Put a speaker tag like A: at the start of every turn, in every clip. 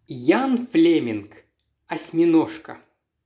A: Ян Флеминг. Осьминожка.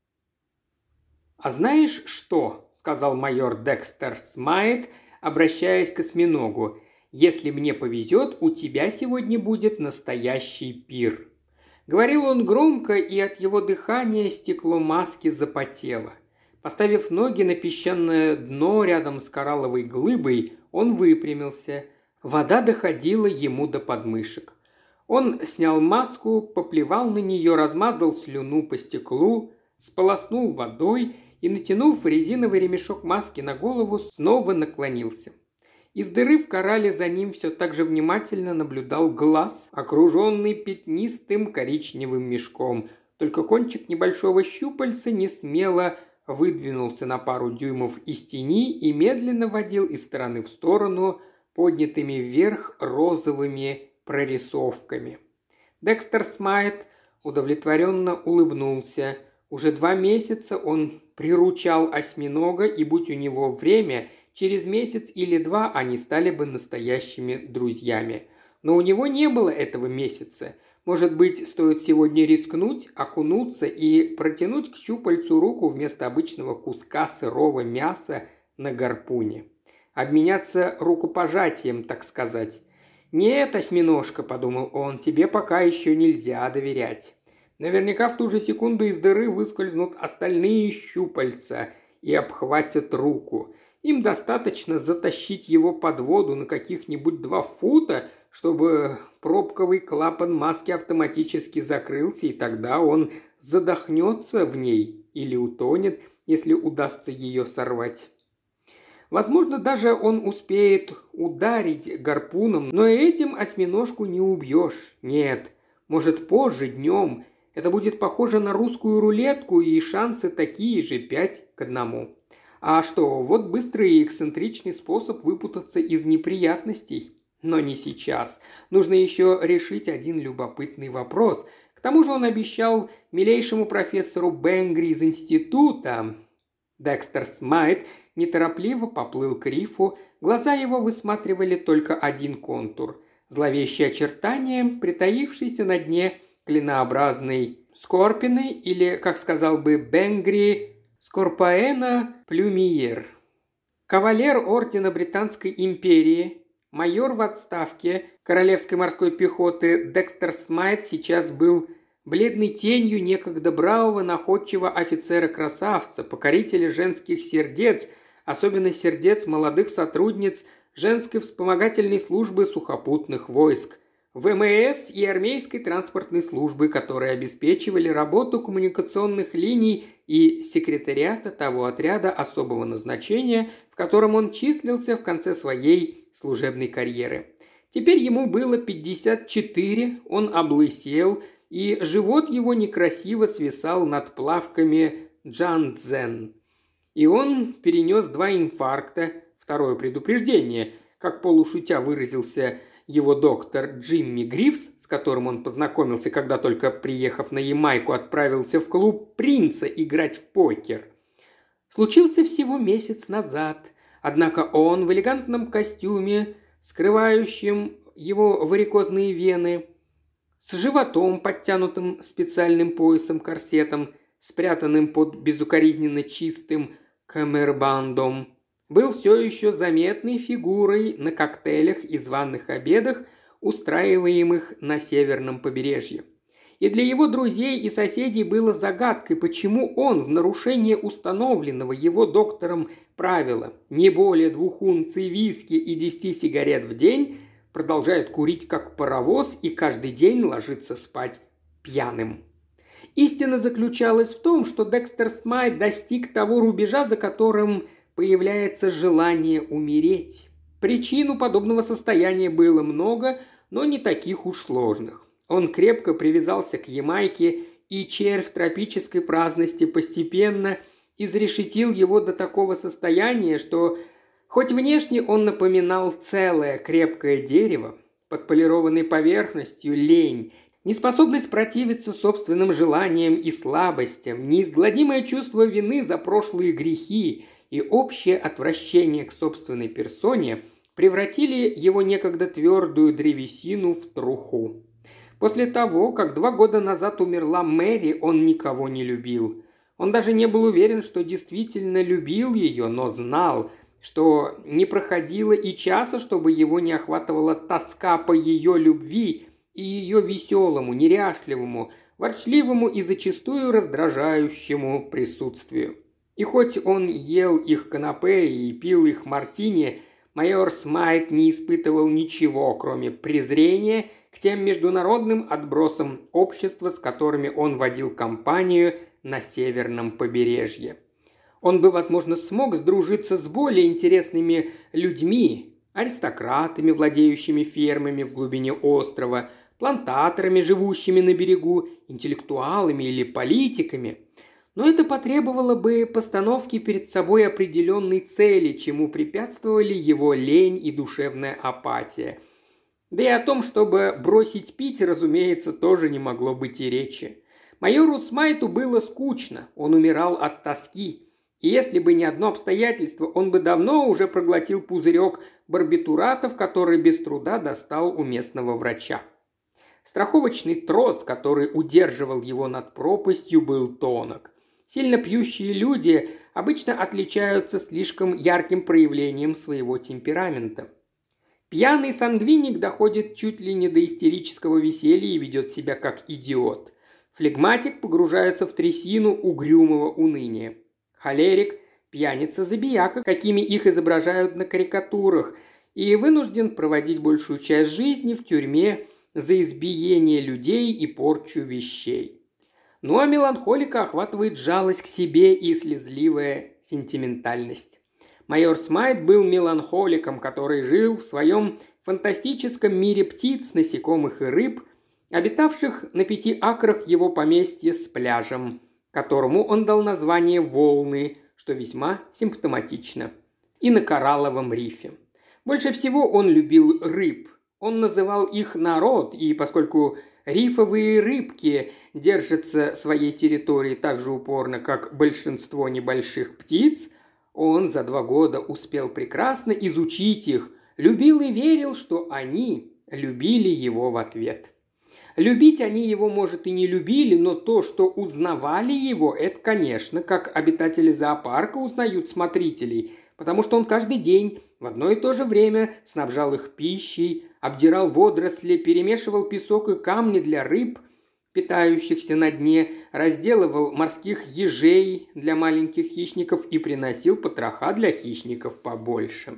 A: «А знаешь что?» – сказал майор Декстер Смайт, обращаясь к осьминогу. «Если мне повезет, у тебя сегодня будет настоящий пир». Говорил он громко, и от его дыхания стекло маски запотело. Поставив ноги на песчаное дно рядом с коралловой глыбой, он выпрямился. Вода доходила ему до подмышек. Он снял маску, поплевал на нее, размазал слюну по стеклу, сполоснул водой и, натянув резиновый ремешок маски на голову, снова наклонился. Из дыры в коралле за ним все так же внимательно наблюдал глаз, окруженный пятнистым коричневым мешком. Только кончик небольшого щупальца несмело выдвинулся на пару дюймов из тени и медленно водил из стороны в сторону поднятыми вверх розовыми прорисовками. Декстер Смайт удовлетворенно улыбнулся. Уже 2 месяца он приручал осьминога, и будь у него время, через месяц или 2 они стали бы настоящими друзьями. Но у него не было этого месяца. Может быть, стоит сегодня рискнуть, окунуться и протянуть к щупальцу руку вместо обычного куска сырого мяса на гарпуне. Обменяться рукопожатием, так сказать. «Нет, осьминожка», – подумал он, – «тебе пока еще нельзя доверять». Наверняка в ту же секунду из дыры выскользнут остальные щупальца и обхватят руку. Им достаточно затащить его под воду на каких-нибудь 2 фута, чтобы пробковый клапан маски автоматически закрылся, и тогда он задохнется в ней или утонет, если удастся ее сорвать. Возможно, даже он успеет ударить гарпуном, но этим осьминожку не убьешь. Нет, может, позже, днем. Это будет похоже на русскую рулетку, и шансы такие же 5-1. А что, вот быстрый и эксцентричный способ выпутаться из неприятностей. Но не сейчас. Нужно еще решить один любопытный вопрос. К тому же он обещал милейшему профессору Бенгри из института. Декстер Смайт неторопливо поплыл к рифу, глаза его высматривали только один контур – зловещее очертание, притаившееся на дне клинообразной скорпины или, как сказал бы Бенгри, Скорпаэна плюмиер. Кавалер ордена Британской империи, майор в отставке Королевской морской пехоты Декстер Смайт сейчас был бледной тенью некогда бравого находчивого офицера-красавца, покорителя женских сердец, особенно сердец молодых сотрудниц женской вспомогательной службы сухопутных войск, ВМС и армейской транспортной службы, которые обеспечивали работу коммуникационных линий и секретариата того отряда особого назначения, в котором он числился в конце своей служебной карьеры. Теперь ему было 54, он облысел, и живот его некрасиво свисал над плавками Джанцзен. И он перенес 2 инфаркта, второе предупреждение, как полушутя выразился его доктор Джимми Грифс, с которым он познакомился, когда только, приехав на Ямайку, отправился в клуб «Принца» играть в покер. Случился всего месяц назад, однако он в элегантном костюме, скрывающем его варикозные вены, с животом, подтянутым специальным поясом-корсетом, спрятанным под безукоризненно чистым камербандом, был все еще заметной фигурой на коктейлях и званых обедах, устраиваемых на северном побережье. И для его друзей и соседей было загадкой, почему он в нарушение установленного его доктором правила не более 2 унций виски и 10 сигарет в день продолжает курить как паровоз и каждый день ложится спать пьяным. Истина заключалась в том, что Декстер Смайт достиг того рубежа, за которым появляется желание умереть. Причин у подобного состояния было много, но не таких уж сложных. Он крепко привязался к Ямайке, и червь тропической праздности постепенно изрешетил его до такого состояния, что хоть внешне он напоминал целое крепкое дерево, под полированной поверхностью лень, неспособность противиться собственным желаниям и слабостям, неизгладимое чувство вины за прошлые грехи и общее отвращение к собственной персоне превратили его некогда твердую древесину в труху. После того, как 2 года назад умерла Мэри, он никого не любил. Он даже не был уверен, что действительно любил ее, но знал, что не проходило и часа, чтобы его не охватывала тоска по ее любви и ее веселому, неряшливому, ворчливому и зачастую раздражающему присутствию. И хоть он ел их канапе и пил их мартини, майор Смайт не испытывал ничего, кроме презрения к тем международным отбросам общества, с которыми он водил компанию на северном побережье. Он бы, возможно, смог сдружиться с более интересными людьми, аристократами, владеющими фермами в глубине острова, плантаторами, живущими на берегу, интеллектуалами или политиками. Но это потребовало бы постановки перед собой определенной цели, чему препятствовали его лень и душевная апатия. Да и о том, чтобы бросить пить, разумеется, тоже не могло быть и речи. Майору Смайту было скучно, он умирал от тоски. И если бы не одно обстоятельство, он бы давно уже проглотил пузырек барбитуратов, который без труда достал у местного врача. Страховочный трос, который удерживал его над пропастью, был тонок. Сильно пьющие люди обычно отличаются слишком ярким проявлением своего темперамента. Пьяный сангвиник доходит чуть ли не до истерического веселья и ведет себя как идиот. Флегматик погружается в трясину угрюмого уныния. Холерик – пьяница-забияка, какими их изображают на карикатурах, и вынужден проводить большую часть жизни в тюрьме за избиение людей и порчу вещей. Ну а меланхолика охватывает жалость к себе и слезливая сентиментальность. Майор Смайт был меланхоликом, который жил в своем фантастическом мире птиц, насекомых и рыб, обитавших на 5 акрах его поместья с пляжем, которому он дал название «Волны», что весьма симптоматично, и на коралловом рифе. Больше всего он любил рыб. Он называл их «народ», и поскольку рифовые рыбки держатся своей территории так же упорно, как большинство небольших птиц, он за 2 года успел прекрасно изучить их, любил и верил, что они любили его в ответ. Любить они его, может, и не любили, но то, что узнавали его, это, конечно, как обитатели зоопарка узнают смотрителей, потому что он каждый день в одно и то же время снабжал их пищей, обдирал водоросли, перемешивал песок и камни для рыб, питающихся на дне, разделывал морских ежей для маленьких хищников и приносил потроха для хищников побольше.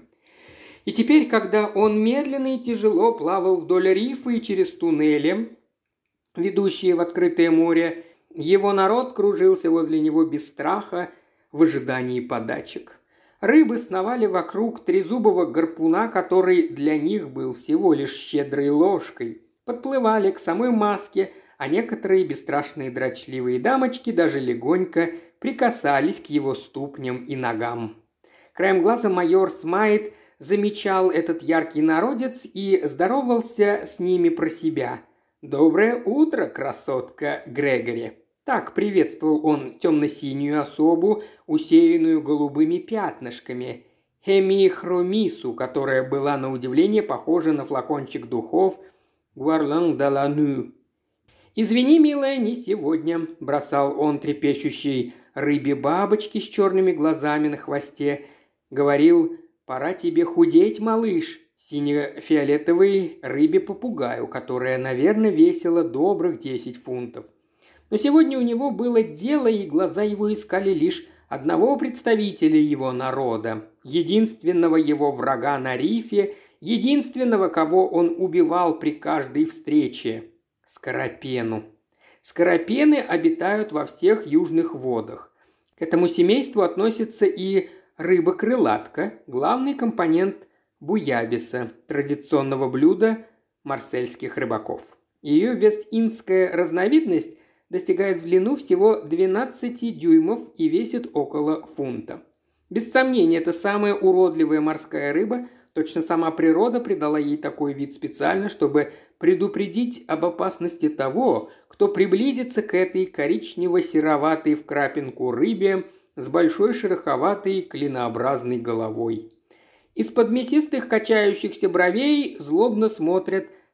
A: И теперь, когда он медленно и тяжело плавал вдоль рифа и через туннели, ведущие в открытое море, его народ кружился возле него без страха в ожидании подачек. Рыбы сновали вокруг трезубого гарпуна, который для них был всего лишь щедрой ложкой, подплывали к самой маске, а некоторые бесстрашные дрочливые дамочки даже легонько прикасались к его ступням и ногам. Краем глаза майор Смайт замечал этот яркий народец и здоровался с ними про себя. «Доброе утро, красотка Грегори!» Так приветствовал он темно-синюю особу, усеянную голубыми пятнышками, Хемихромису, которая была на удивление похожа на флакончик духов Guerlain de la Nuit. «Извини, милая, не сегодня», – бросал он трепещущей рыбе бабочки с черными глазами на хвосте. Говорил: «Пора тебе худеть, малыш», сине-фиолетовой рыбе-попугаю, которая, наверное, весила добрых 10 фунтов. Но сегодня у него было дело, и глаза его искали лишь одного представителя его народа, единственного его врага на рифе, единственного, кого он убивал при каждой встрече – скоропену. Скоропены обитают во всех южных водах. К этому семейству относится и рыба-крылатка, главный компонент буябиса, традиционного блюда марсельских рыбаков. Ее вест-индская разновидность достигает в длину всего 12 дюймов и весит около фунта. Без сомнения, это самая уродливая морская рыба, точно сама природа придала ей такой вид специально, чтобы предупредить об опасности того, кто приблизится к этой коричнево-сероватой в крапинку рыбе с большой шероховатой клинообразной головой. Из-под мясистых качающихся бровей злобно смотрят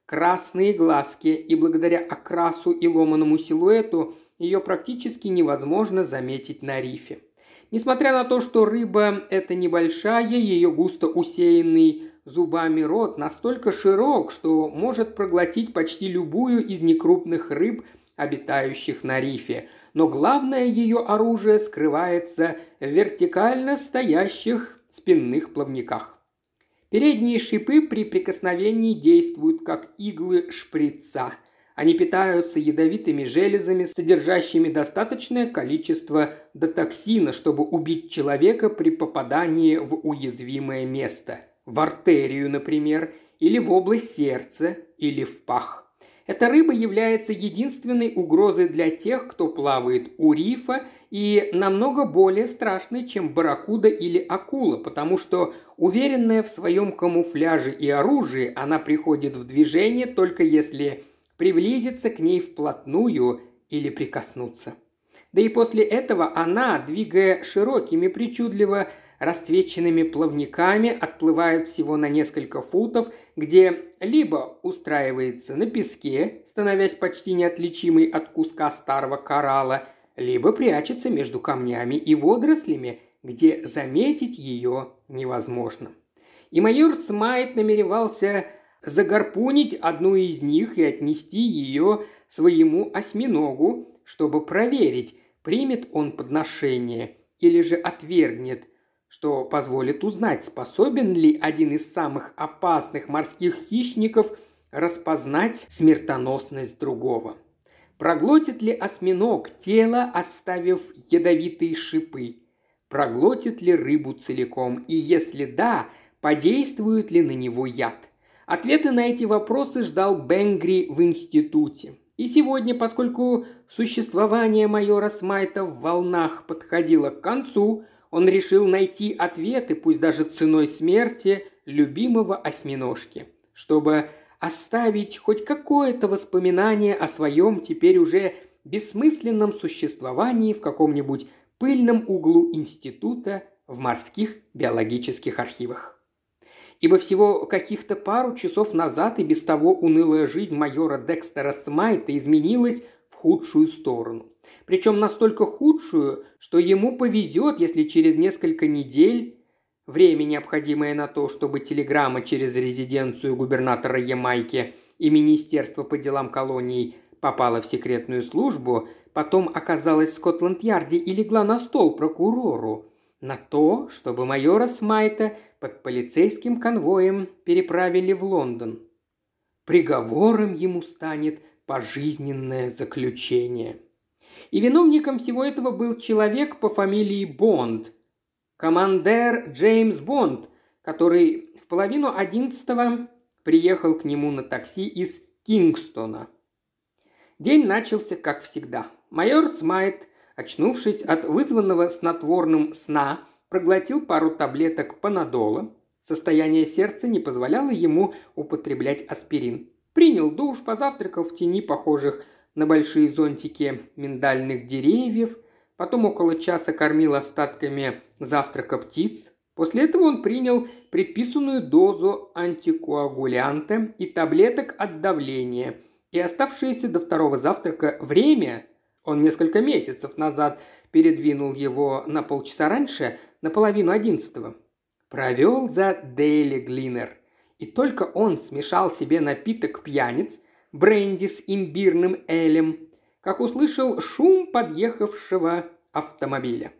A: красные глазки, и благодаря окрасу и ломаному силуэту ее практически невозможно заметить на рифе. Несмотря на то, что рыба эта небольшая, ее густо усеянный зубами рот настолько широк, что может проглотить почти любую из некрупных рыб, обитающих на рифе. Но главное ее оружие скрывается в вертикально стоящих спинных плавниках. Передние шипы при прикосновении действуют как иглы шприца. Они питаются ядовитыми железами, содержащими достаточное количество дотоксина, чтобы убить человека при попадании в уязвимое место. В артерию, например, или в область сердца, или в пах. Эта рыба является единственной угрозой для тех, кто плавает у рифа, и намного более страшной, чем барракуда или акула, потому что, уверенная в своем камуфляже и оружии, она приходит в движение только если приблизиться к ней вплотную или прикоснуться. Да и после этого она, двигая широкими, причудливо расцвеченными плавниками, отплывает всего на несколько футов, где либо устраивается на песке, становясь почти неотличимой от куска старого коралла, либо прячется между камнями и водорослями, где заметить ее невозможно. И майор Смайт намеревался загарпунить одну из них и отнести ее своему осьминогу, чтобы проверить, примет он подношение или же отвергнет, что позволит узнать, способен ли один из самых опасных морских хищников распознать смертоносность другого. Проглотит ли осьминог тело, оставив ядовитые шипы? Проглотит ли рыбу целиком? И если да, подействует ли на него яд? Ответы на эти вопросы ждал Бенгри в институте. И сегодня, поскольку существование майора Смайта в волнах подходило к концу, он решил найти ответы, пусть даже ценой смерти, любимого осьминожки, чтобы оставить хоть какое-то воспоминание о своем теперь уже бессмысленном существовании в каком-нибудь пыльном углу института в морских биологических архивах. Ибо всего каких-то пару часов назад и без того унылая жизнь майора Декстера Смайта изменилась в худшую сторону. Причем настолько худшую, что ему повезет, если через несколько недель, время, необходимое на то, чтобы телеграмма через резиденцию губернатора Ямайки и Министерство по делам колоний попала в секретную службу, потом оказалась в Скотланд-Ярде и легла на стол прокурору, на то, чтобы майора Смайта под полицейским конвоем переправили в Лондон. Приговором ему станет пожизненное заключение. И виновником всего этого был человек по фамилии Бонд, командир Джеймс Бонд, который в 10:30 приехал к нему на такси из Кингстона. День начался как всегда. Майор Смайт, очнувшись от вызванного снотворным сна, проглотил пару таблеток панадола. Состояние сердца не позволяло ему употреблять аспирин. Принял душ, позавтракал в тени похожих на большие зонтики миндальных деревьев, потом около часа кормил остатками завтрака птиц. После этого он принял предписанную дозу антикоагулянта и таблеток от давления, и оставшееся до второго завтрака время, он несколько месяцев назад передвинул его на полчаса раньше, на 10:30, провел за Дейли Глинер. И только он смешал себе напиток пьяниц, бренди с имбирным элем, как услышал шум подъехавшего автомобиля.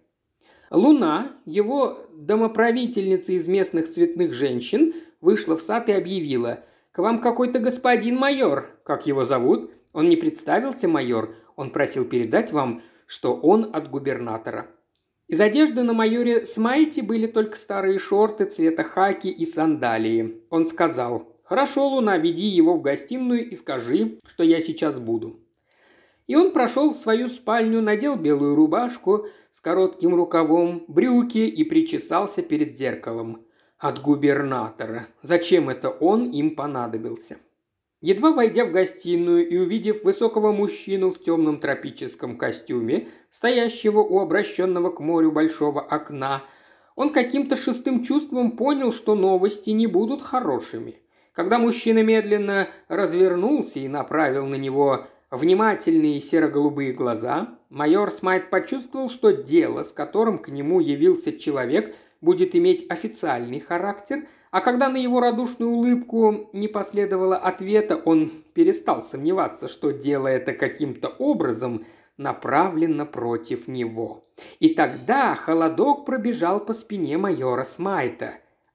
A: Луна, его домоправительница из местных цветных женщин, вышла в сад и объявила: «К вам какой-то господин майор. Как его зовут?» Он не представился, майор. Он просил передать вам, что он от губернатора. Из одежды на майоре Смайте были только старые шорты цвета хаки и сандалии. Он сказал: «Хорошо, Луна, веди его в гостиную и скажи, что я сейчас буду». И он прошел в свою спальню, надел белую рубашку с коротким рукавом, брюки и причесался перед зеркалом. От губернатора. Зачем это он им понадобился? Едва войдя в гостиную и увидев высокого мужчину в темном тропическом костюме, стоящего у обращенного к морю большого окна, он каким-то шестым чувством понял, что новости не будут хорошими. Когда мужчина медленно развернулся и направил на него внимательные серо-голубые глаза, майор Смайт почувствовал, что дело, с которым к нему явился человек, будет иметь официальный характер, а когда на его радушную улыбку не последовало ответа, он перестал сомневаться, что дело это каким-то образом направлено против него. И тогда холодок пробежал по спине майора Смайта.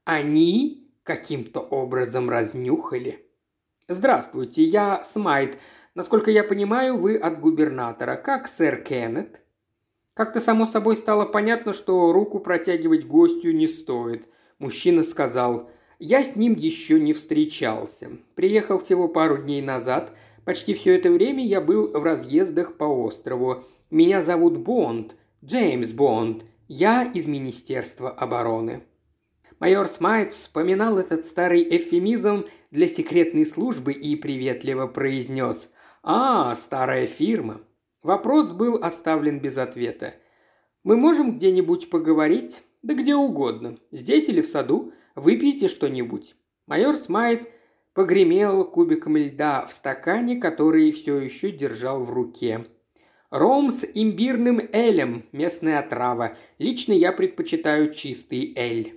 A: Они каким-то образом разнюхали. «Здравствуйте, я Смайт. Насколько я понимаю, вы от губернатора. Как сэр Кеннет?» Как-то само собой стало понятно, что руку протягивать гостю не стоит. Мужчина сказал: «Я с ним еще не встречался. Приехал всего пару дней назад. Почти все это время я был в разъездах по острову. Меня зовут Бонд, Джеймс Бонд. Я из Министерства обороны». Майор Смайт вспоминал этот старый эвфемизм для секретной службы и приветливо произнес: «А, старая фирма». Вопрос был оставлен без ответа. «Мы можем где-нибудь поговорить?» «Да где угодно. Здесь или в саду. Выпейте что-нибудь». Майор Смайт погремел кубиком льда в стакане, который все еще держал в руке. «Ром с имбирным элем, местная отрава. Лично я предпочитаю чистый эль».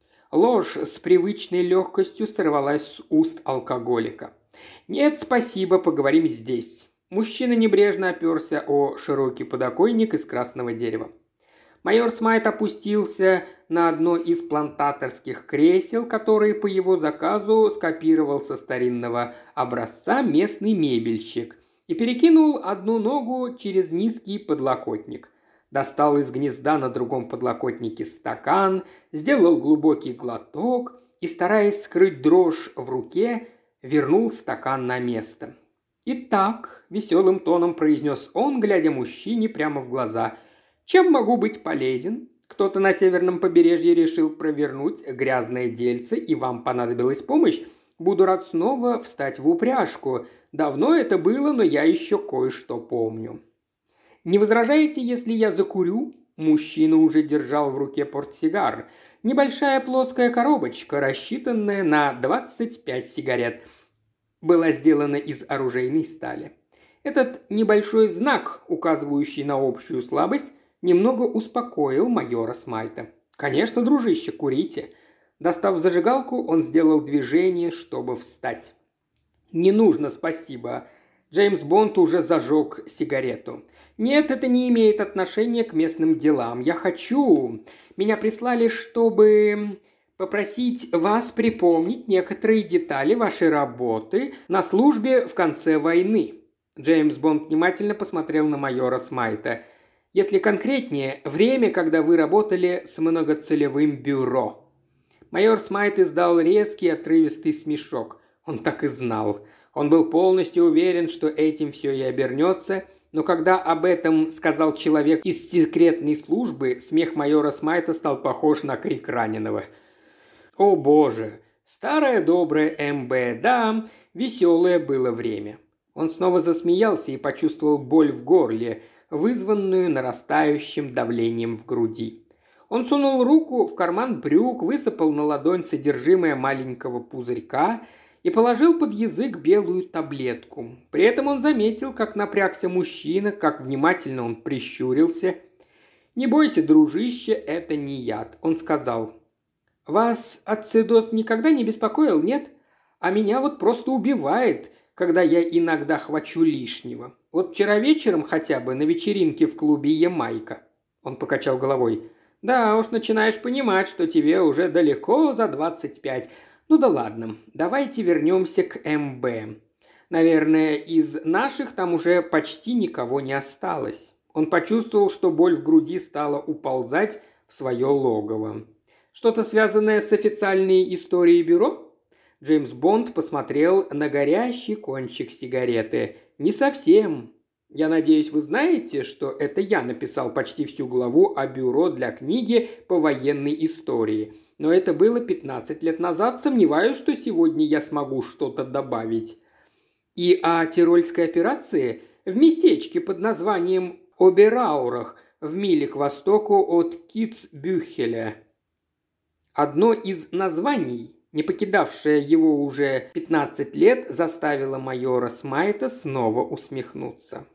A: Ложь с привычной легкостью сорвалась с уст алкоголика. «Нет, спасибо, поговорим здесь». Мужчина небрежно оперся о широкий подоконник из красного дерева. Майор Смайт опустился на одно из плантаторских кресел, которые по его заказу скопировал со старинного образца местный мебельщик, и перекинул одну ногу через низкий подлокотник. Достал из гнезда на другом подлокотнике стакан, сделал глубокий глоток и, стараясь скрыть дрожь в руке, вернул стакан на место. «Итак», – веселым тоном произнес он, глядя мужчине прямо в глаза, – «чем могу быть полезен? Кто-то на северном побережье решил провернуть грязное дельце, и вам понадобилась помощь? Буду рад снова встать в упряжку. Давно это было, но я еще кое-что помню». «Не возражаете, если я закурю?» Мужчина уже держал в руке портсигар. Небольшая плоская коробочка, рассчитанная на 25 сигарет, была сделана из оружейной стали. Этот небольшой знак, указывающий на общую слабость, немного успокоил майора Смайта. «Конечно, дружище, курите». Достав зажигалку, он сделал движение, чтобы встать. «Не нужно, спасибо». Джеймс Бонд уже зажег сигарету. «Нет, это не имеет отношения к местным делам. Я хочу... Меня прислали, чтобы попросить вас припомнить некоторые детали вашей работы на службе в конце войны». Джеймс Бонд внимательно посмотрел на майора Смайта. «Если конкретнее, время, когда вы работали с многоцелевым бюро». Майор Смайт издал резкий отрывистый смешок. Он так и знал. Он был полностью уверен, что этим все и обернется, но когда об этом сказал человек из секретной службы, смех майора Смайта стал похож на крик раненого. «О боже! Старое доброе МБ, да, веселое было время». Он снова засмеялся и почувствовал боль в горле, вызванную нарастающим давлением в груди. Он сунул руку в карман брюк, высыпал на ладонь содержимое маленького пузырька и положил под язык белую таблетку. При этом он заметил, как напрягся мужчина, как внимательно он прищурился. «Не бойся, дружище, это не яд», – он сказал. «Вас ацидоз никогда не беспокоил, нет? А меня вот просто убивает, когда я иногда хвачу лишнего. Вот вчера вечером хотя бы на вечеринке в клубе «Ямайка». Он покачал головой. «Да уж, начинаешь понимать, что тебе уже далеко за 25. Ну да ладно, давайте вернемся к МБ. Наверное, из наших там уже почти никого не осталось». Он почувствовал, что боль в груди стала уползать в свое логово. «Что-то связанное с официальной историей бюро?» Джеймс Бонд посмотрел на горящий кончик сигареты. «Не совсем. Я надеюсь, вы знаете, что это я написал почти всю главу о бюро для книги по военной истории. Но это было 15 лет назад. Сомневаюсь, что сегодня я смогу что-то добавить. И о Тирольской операции в местечке под названием Обераурах в миле к востоку от Китцбюхеля. Одно из названий не покидавшая его уже 15 лет, заставила майора Смайта снова усмехнуться.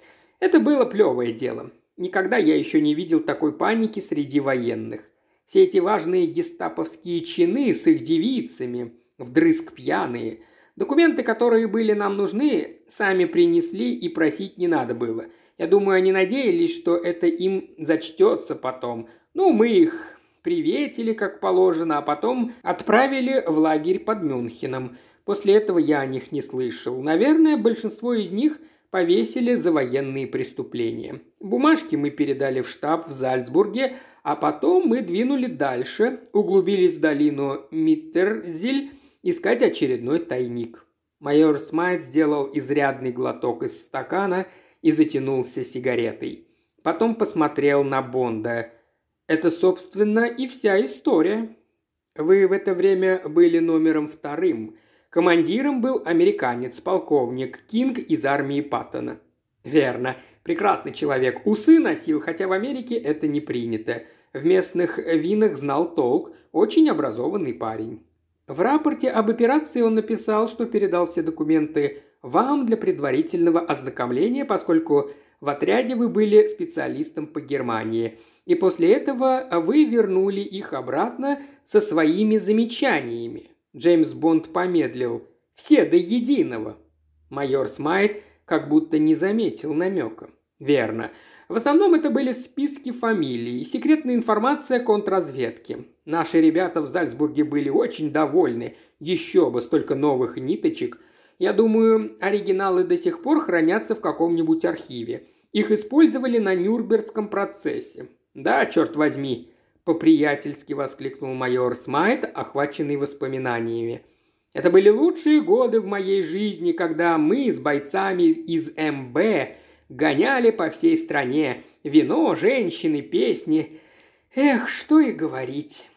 A: Это было плевое дело. Никогда я еще не видел такой паники среди военных. Все эти важные гестаповские чины с их девицами, вдрызг пьяные. Документы, которые были нам нужны, сами принесли и просить не надо было. Я думаю, они надеялись, что это им зачтется потом. Ну, мы их приветили, как положено, а потом отправили в лагерь под Мюнхеном. После этого я о них не слышал. Наверное, большинство из них повесили за военные преступления. Бумажки мы передали в штаб в Зальцбурге, а потом мы двинули дальше, углубились в долину Миттерзиль, искать очередной тайник. Майор Смайт сделал изрядный глоток из стакана и затянулся сигаретой. Потом посмотрел на Бонда. Это, собственно, и вся история. Вы в это время были номером 2. Командиром был американец, полковник Кинг из армии Паттона. Верно. Прекрасный человек. Усы носил, хотя в Америке это не принято. В местных винах знал толк. Очень образованный парень. В рапорте об операции он написал, что передал все документы вам для предварительного ознакомления, поскольку в отряде вы были специалистом по Германии. И после этого вы вернули их обратно со своими замечаниями. Джеймс Бонд помедлил. Все до единого. Майор Смайт как будто не заметил намека. Верно. В основном это были списки фамилий и секретная информация контрразведки. Наши ребята в Зальцбурге были очень довольны. Еще бы, столько новых ниточек. Я думаю, оригиналы до сих пор хранятся в каком-нибудь архиве. Их использовали на Нюрнбергском процессе. Да, черт возьми, по-приятельски воскликнул майор Смайт, охваченный воспоминаниями. Это были лучшие годы в моей жизни, когда мы с бойцами из МБ гоняли по всей стране. Вино, женщины, песни. Эх, что и говорить.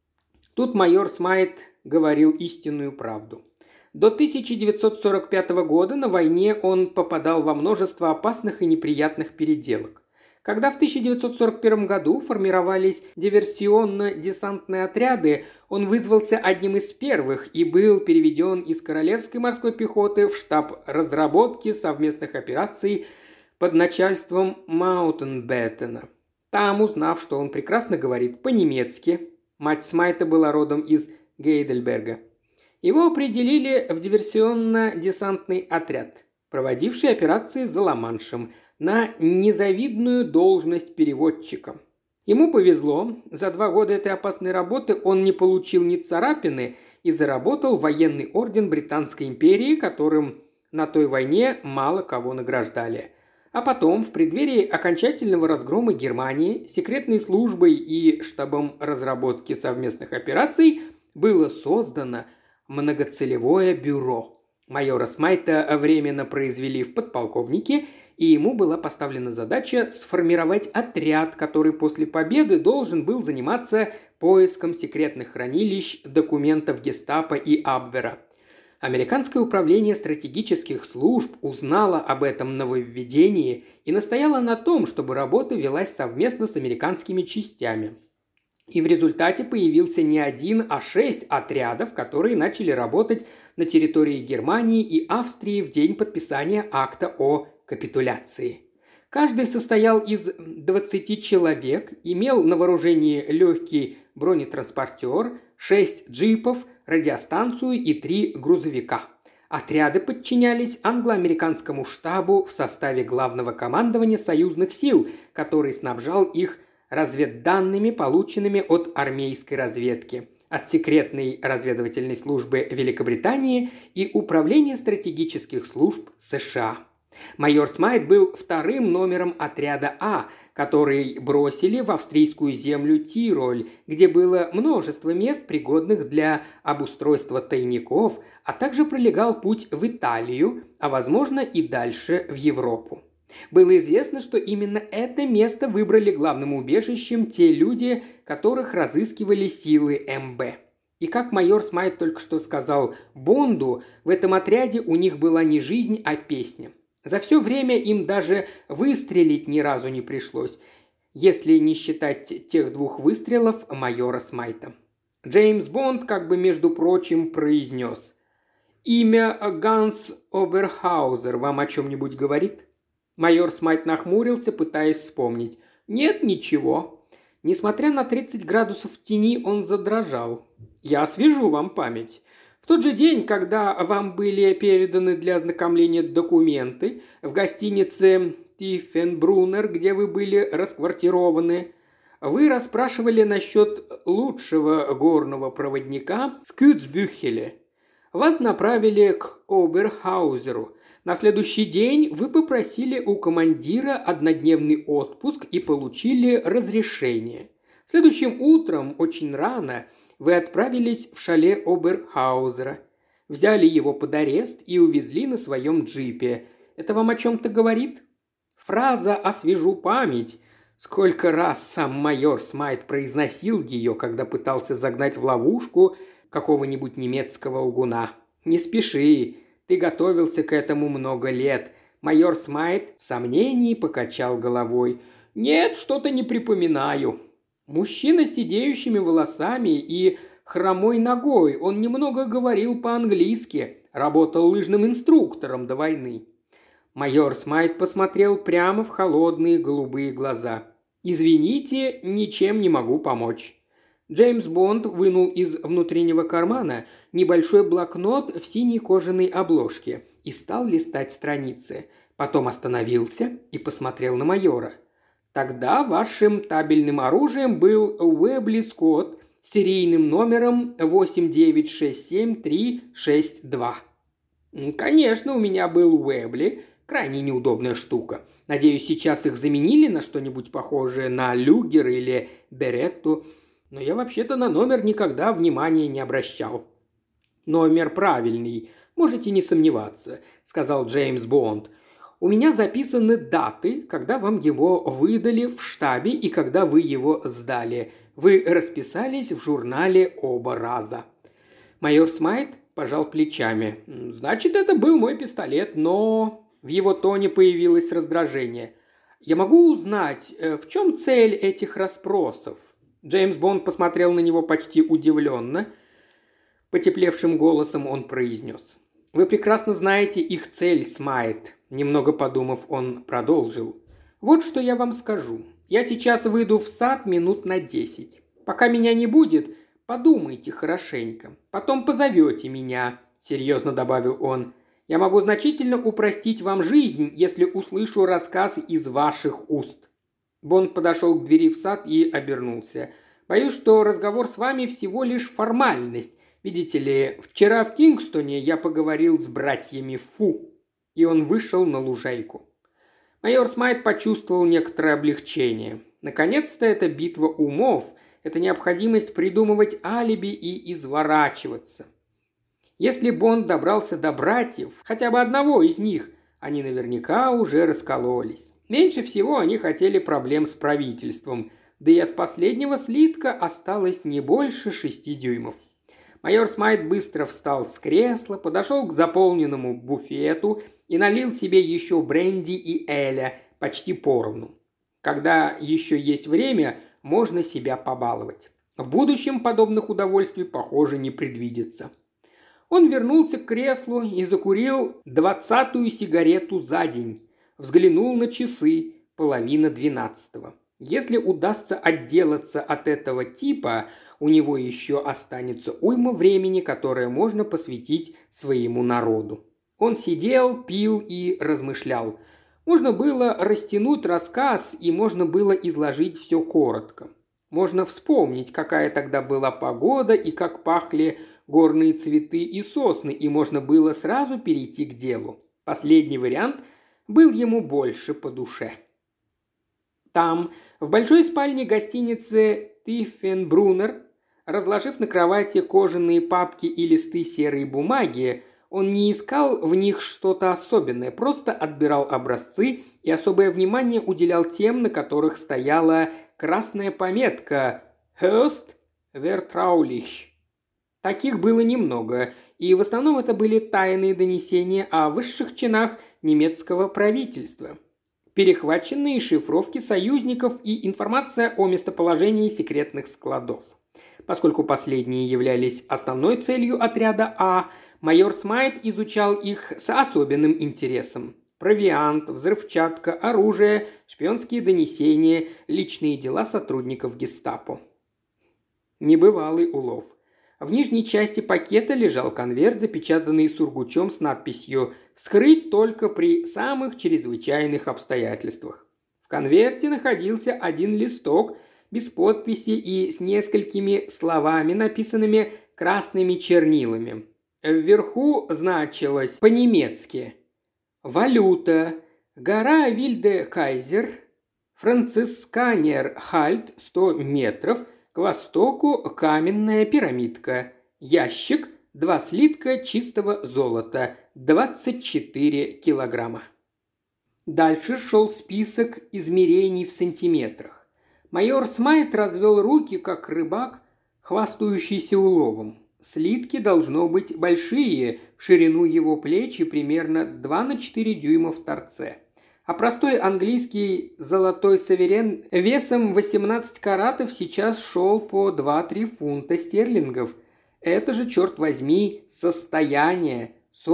A: Тут майор Смайт говорил истинную правду. До 1945 года на войне он попадал во множество опасных и неприятных переделок. Когда в 1941 году формировались диверсионно-десантные отряды, он вызвался одним из первых и был переведен из Королевской морской пехоты в штаб разработки совместных операций под начальством Маутенбеттена. Там, узнав, что он прекрасно говорит по-немецки, мать Смайта была родом из Гейдельберга, его определили в диверсионно-десантный отряд, проводивший операции за Ла-Маншем, на незавидную должность переводчика. Ему повезло, за 2 года этой опасной работы он не получил ни царапины и заработал военный орден Британской империи, которым на той войне мало кого награждали. А потом, в преддверии окончательного разгрома Германии, секретной службой и штабом разработки совместных операций было создано многоцелевое бюро. Майора Смайта временно произвели в подполковнике, и ему была поставлена задача сформировать отряд, который после победы должен был заниматься поиском секретных хранилищ документов гестапо и Абвера. Американское управление стратегических служб узнало об этом нововведении и настояло на том, чтобы работа велась совместно с американскими частями. И в результате появился не 1, а 6 отрядов, которые начали работать на территории Германии и Австрии в день подписания акта о капитуляции. Каждый состоял из 20 человек, имел на вооружении легкий бронетранспортер, 6 джипов, радиостанцию и 3 грузовика. Отряды подчинялись англо-американскому штабу в составе главного командования союзных сил, который снабжал их разведданными, полученными от армейской разведки, от секретной разведывательной службы Великобритании и Управления стратегических служб США. Майор Смайт был 2-м номером отряда А, который бросили в австрийскую землю Тироль, где было множество мест, пригодных для обустройства тайников, а также пролегал путь в Италию, а возможно и дальше в Европу. Было известно, что именно это место выбрали главным убежищем те люди, которых разыскивали силы МБ. И как майор Смайт только что сказал Бонду, в этом отряде у них была не жизнь, а песня. За все время им даже выстрелить ни разу не пришлось, если не считать тех 2 выстрелов майора Смайта. Джеймс Бонд как бы, между прочим, произнес: «Имя Ганс Оберхаузер вам о чем-нибудь говорит?» Майор Смайт нахмурился, пытаясь вспомнить. «Нет, ничего». Несмотря на 30 градусов в тени, он задрожал. «Я освежу вам память. В тот же день, когда вам были переданы для ознакомления документы в гостинице Тиффенбруннер, где вы были расквартированы, вы расспрашивали насчет лучшего горного проводника в Кюцбюхеле. Вас направили к Оберхаузеру. На следующий день вы попросили у командира однодневный отпуск и получили разрешение. Следующим утром, очень рано, вы отправились в шале Оберхаузера. Взяли его под арест и увезли на своем джипе. Это вам о чем-то говорит? Фраза «освежу память». Сколько раз сам майор Смайт произносил ее, когда пытался загнать в ловушку какого-нибудь немецкого лгуна. «Не спеши, ты готовился к этому много лет». Майор Смайт в сомнении покачал головой. «Нет, что-то не припоминаю». Мужчина с сидеющими волосами и хромой ногой, он немного говорил по-английски, работал лыжным инструктором до войны. Майор Смайт посмотрел прямо в холодные голубые глаза. «Извините, ничем не могу помочь». Джеймс Бонд вынул из внутреннего кармана небольшой блокнот в синей кожаной обложке и стал листать страницы. Потом остановился и посмотрел на майора. «Тогда вашим табельным оружием был Уэбли Скотт с серийным номером 8967362. «Конечно, у меня был Уэбли. Крайне неудобная штука. Надеюсь, сейчас их заменили на что-нибудь похожее на люгер или беретту. Но я вообще-то на номер никогда внимания не обращал». «Номер правильный, можете не сомневаться», – сказал Джеймс Бонд. «У меня записаны даты, когда вам его выдали в штабе и когда вы его сдали. Вы расписались в журнале оба раза». Майор Смайт пожал плечами. «Значит, это был мой пистолет, но...» В его тоне появилось раздражение. «Я могу узнать, в чем цель этих расспросов?» Джеймс Бонд посмотрел на него почти удивленно. Потеплевшим голосом он произнес: «Вы прекрасно знаете их цель, Смайт». Немного подумав, он продолжил: «Вот что я вам скажу. Я сейчас выйду в сад минут на 10. Пока меня не будет, подумайте хорошенько. Потом позовете меня», – серьезно добавил он. «Я могу значительно упростить вам жизнь, если услышу рассказ из ваших уст». Бонд подошел к двери в сад и обернулся. «Боюсь, что разговор с вами всего лишь формальность. Видите ли, вчера в Кингстоне я поговорил с братьями Фу». И он вышел на лужайку. Майор Смайт почувствовал некоторое облегчение. Наконец-то эта битва умов, эта необходимость придумывать алиби и изворачиваться. Если Бонд добрался до братьев, хотя бы одного из них, они наверняка уже раскололись. Меньше всего они хотели проблем с правительством, да и от последнего слитка осталось не больше 6 дюймов. Майор Смайт быстро встал с кресла, подошел к заполненному буфету и налил себе еще бренди и эля почти поровну. Когда еще есть время, можно себя побаловать. В будущем подобных удовольствий, похоже, не предвидится. Он вернулся к креслу и закурил 20-ю сигарету за день. Взглянул на часы, 11:30. Если удастся отделаться от этого типа, у него еще останется уйма времени, которое можно посвятить своему народу. Он сидел, пил и размышлял. Можно было растянуть рассказ, и можно было изложить все коротко. Можно вспомнить, какая тогда была погода и как пахли горные цветы и сосны, и можно было сразу перейти к делу. Последний вариант был ему больше по душе. Там, в большой спальне гостиницы Тиффенбруннер, разложив на кровати кожаные папки и листы серой бумаги, он не искал в них что-то особенное, просто отбирал образцы и особое внимание уделял тем, на которых стояла красная пометка «Höchst vertraulich». Таких было немного, и в основном это были тайные донесения о высших чинах немецкого правительства, перехваченные шифровки союзников и информация о местоположении секретных складов. Поскольку последние являлись основной целью отряда А, майор Смайт изучал их с особенным интересом. Провиант, взрывчатка, оружие, шпионские донесения, личные дела сотрудников гестапо. Небывалый улов. В нижней части пакета лежал конверт, запечатанный сургучом с надписью «Вскрыть только при самых чрезвычайных обстоятельствах». В конверте находился один листок без подписи и с несколькими словами, написанными красными чернилами. Вверху значилось по-немецки «Валюта, гора Вильде-Кайзер, францисканер Хальт 100 метров, к востоку каменная пирамидка, ящик, 2 слитка чистого золота, 24 килограмма». Дальше шел список измерений в сантиметрах. Майор Смайт развел руки, как рыбак, хвастающийся уловом. Слитки должно быть большие, в ширину его плеч и примерно 2 на 4 дюйма в торце. А простой английский золотой суверен весом 18 каратов сейчас шел по 2-3 фунта стерлингов. Это же, черт возьми, состояние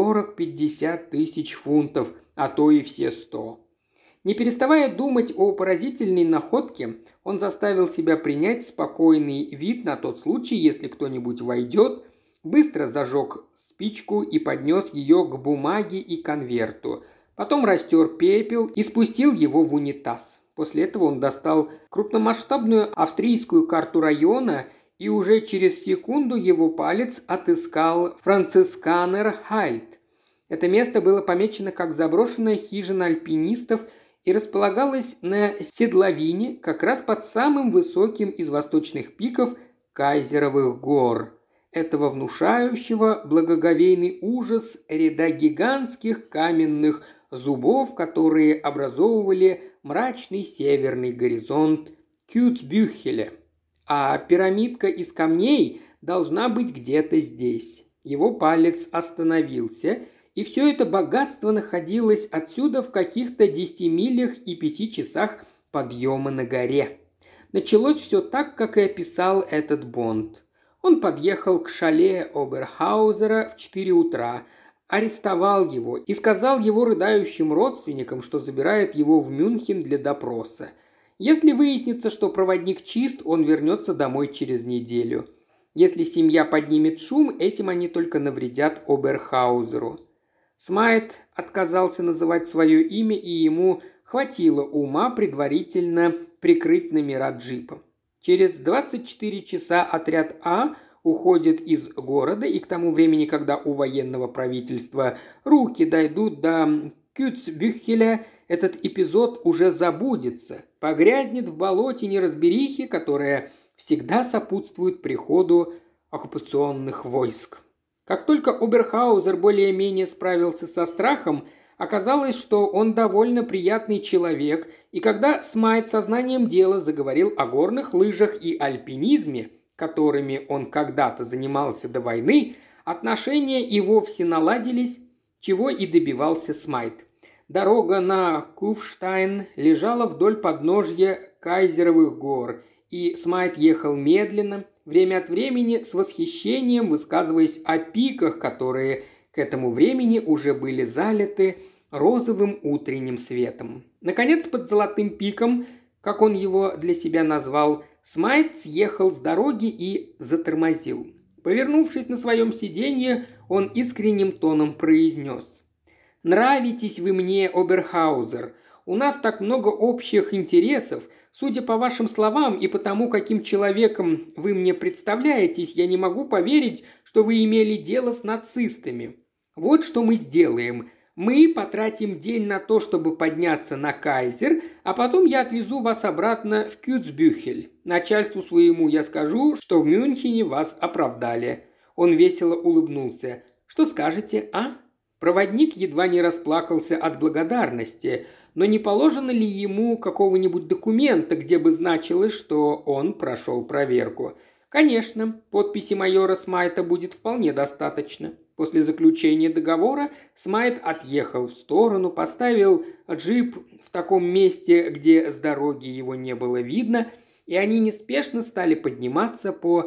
A: 40-50 тысяч фунтов, а то и все 100. Не переставая думать о поразительной находке, он заставил себя принять спокойный вид на тот случай, если кто-нибудь войдет, быстро зажег спичку и поднес ее к бумаге и конверту. Потом растер пепел и спустил его в унитаз. После этого он достал крупномасштабную австрийскую карту района, и уже через секунду его палец отыскал францисканер Хальт. Это место было помечено как заброшенная хижина альпинистов и располагалось на седловине, как раз под самым высоким из восточных пиков Кайзеровых гор, этого внушающего благоговейный ужас ряда гигантских каменных зубов, которые образовывали мрачный северный горизонт Кюцбюхеля. А пирамидка из камней должна быть где-то здесь. Его палец остановился, и все это богатство находилось отсюда в каких-то 10 милях и 5 часах подъема на горе. Началось все так, как и описал этот Бонд. Он подъехал к шале Оберхаузера в 4 утра, арестовал его и сказал его рыдающим родственникам, что забирает его в Мюнхен для допроса. Если выяснится, что проводник чист, он вернется домой через неделю. Если семья поднимет шум, этим они только навредят Оберхаузеру. Смайт отказался называть свое имя, и ему хватило ума предварительно прикрыть номера джипа. Через 24 часа отряд А уходит из города, и к тому времени, когда у военного правительства руки дойдут до Кюцбюхеля, этот эпизод уже забудется, погрязнет в болоте неразберихи, которая всегда сопутствует приходу оккупационных войск. Как только Оберхаузер более-менее справился со страхом, оказалось, что он довольно приятный человек, и когда Смайт сознанием дела заговорил о горных лыжах и альпинизме, которыми он когда-то занимался до войны, отношения и вовсе наладились, чего и добивался Смайт. Дорога на Куфштайн лежала вдоль подножья Кайзеровых гор, и Смайт ехал медленно, время от времени с восхищением высказываясь о пиках, которые к этому времени уже были залиты розовым утренним светом. Наконец, под Золотым пиком, как он его для себя назвал, Смайт съехал с дороги и затормозил. Повернувшись на своем сиденье, он искренним тоном произнес: «Нравитесь вы мне, Оберхаузер. У нас так много общих интересов. Судя по вашим словам и по тому, каким человеком вы мне представляетесь, я не могу поверить, что вы имели дело с нацистами. Вот что мы сделаем. Мы потратим день на то, чтобы подняться на Кайзер, а потом я отвезу вас обратно в Кюцбюхель. Начальству своему я скажу, что в Мюнхене вас оправдали». Он весело улыбнулся. «Что скажете, а?» Проводник едва не расплакался от благодарности, но не положено ли ему какого-нибудь документа, где бы значилось, что он прошел проверку? Конечно, подписи майора Смайта будет вполне достаточно. После заключения договора Смайт отъехал в сторону, поставил джип в таком месте, где с дороги его не было видно, и они неспешно стали подниматься по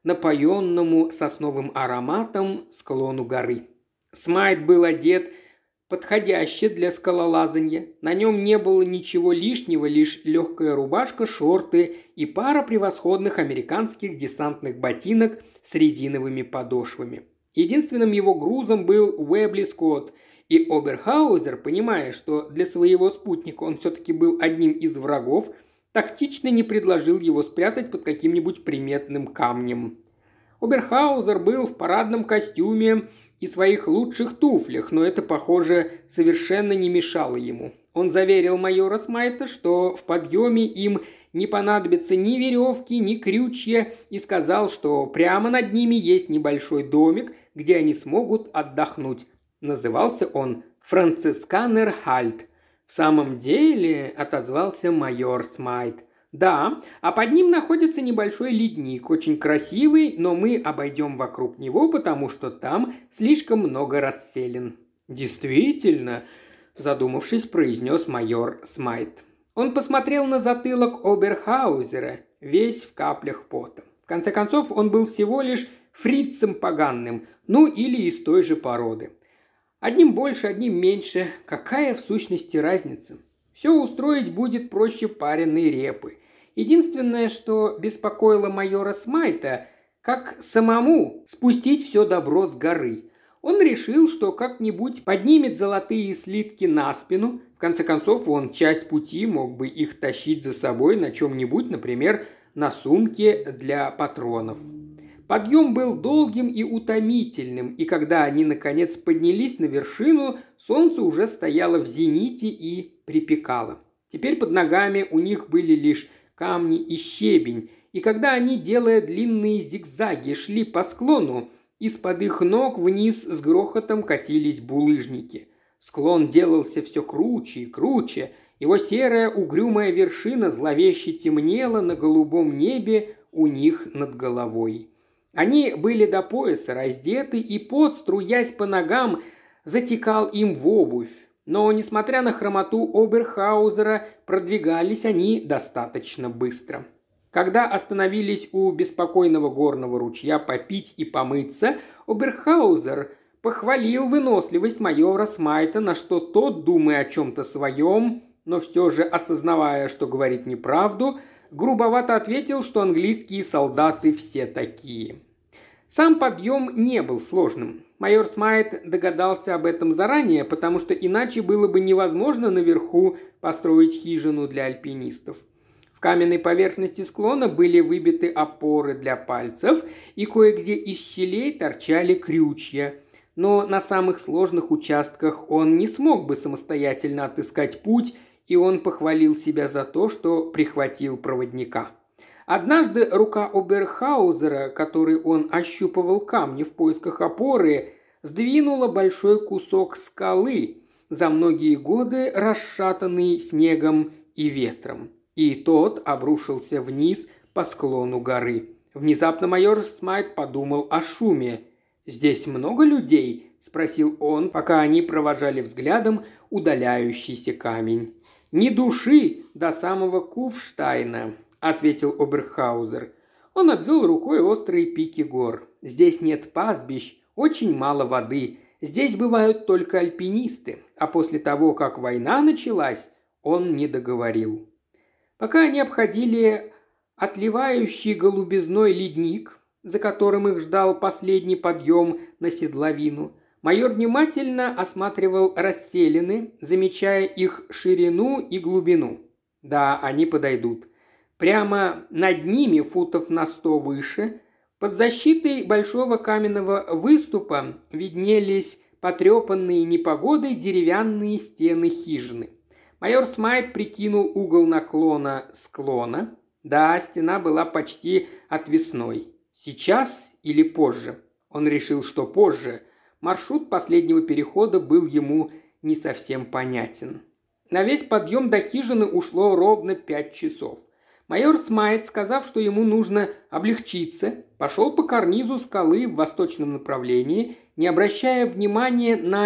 A: напоенному сосновым ароматом склону горы. Смайт был одет подходяще для скалолазанья. На нем не было ничего лишнего, лишь легкая рубашка, шорты и пара превосходных американских десантных ботинок с резиновыми подошвами. Единственным его грузом был Уэбли Скотт, и Оберхаузер, понимая, что для своего спутника он все-таки был одним из врагов, тактично не предложил его спрятать под каким-нибудь приметным камнем. Оберхаузер был в парадном костюме и своих лучших туфлях, но это, похоже, совершенно не мешало ему. Он заверил майора Смайта, что в подъеме им не понадобятся ни веревки, ни крючья, и сказал, что прямо над ними есть небольшой домик, где они смогут отдохнуть. Назывался он «Францисканер Хальт». «В самом деле», – отозвался майор Смайт. «Да, а под ним находится небольшой ледник, очень красивый, но мы обойдем вокруг него, потому что там слишком много расселин». «Действительно», – задумавшись, произнес майор Смайт. Он посмотрел на затылок Оберхаузера, весь в каплях пота. В конце концов, он был всего лишь фрицем поганным, ну или из той же породы. Одним больше, одним меньше. Какая в сущности разница? Все устроить будет проще пареной репы. Единственное, что беспокоило майора Смайта, как самому спустить все добро с горы. Он решил, что как-нибудь поднимет золотые слитки на спину. В конце концов, он часть пути мог бы их тащить за собой на чем-нибудь, например, на сумке для патронов. Подъем был долгим и утомительным, и когда они, наконец, поднялись на вершину, солнце уже стояло в зените и припекало. Теперь под ногами у них были лишь камни и щебень, и когда они, делая длинные зигзаги, шли по склону, из-под их ног вниз с грохотом катились булыжники. Склон делался все круче и круче, его серая угрюмая вершина зловеще темнела на голубом небе у них над головой. Они были до пояса раздеты, и пот, струясь по ногам, затекал им в обувь. Но, несмотря на хромоту Оберхаузера, продвигались они достаточно быстро. Когда остановились у беспокойного горного ручья попить и помыться, Оберхаузер похвалил выносливость майора Смайта, на что тот, думая о чем-то своем, но все же осознавая, что говорит неправду, грубовато ответил, что английские солдаты все такие. Сам подъем не был сложным. Майор Смайт догадался об этом заранее, потому что иначе было бы невозможно наверху построить хижину для альпинистов. В каменной поверхности склона были выбиты опоры для пальцев, и кое-где из щелей торчали крючья. Но на самых сложных участках он не смог бы самостоятельно отыскать путь, и он похвалил себя за то, что прихватил проводника. Однажды рука Оберхаузера, которой он ощупывал камни в поисках опоры, сдвинула большой кусок скалы, за многие годы расшатанный снегом и ветром, и тот обрушился вниз по склону горы. Внезапно майор Смайт подумал о шуме. «Здесь много людей?» – спросил он, пока они провожали взглядом удаляющийся камень. «Ни души до самого Куфштайна», – ответил Оберхаузер. Он обвел рукой острые пики гор. «Здесь нет пастбищ, очень мало воды. Здесь бывают только альпинисты». А после того, как война началась, он не договорил. Пока они обходили отливающий голубизной ледник, за которым их ждал последний подъем на седловину, майор внимательно осматривал расселины, замечая их ширину и глубину. Да, они подойдут. Прямо над ними, футов на 100 выше, под защитой большого каменного выступа виднелись потрепанные непогодой деревянные стены хижины. Майор Смайт прикинул угол наклона склона. Да, стена была почти отвесной. Сейчас или позже? Он решил, что позже. Маршрут последнего перехода был ему не совсем понятен. На весь подъем до хижины ушло ровно 5 часов. Майор Смайт, сказав, что ему нужно облегчиться, пошел по карнизу скалы в восточном направлении, не обращая внимания на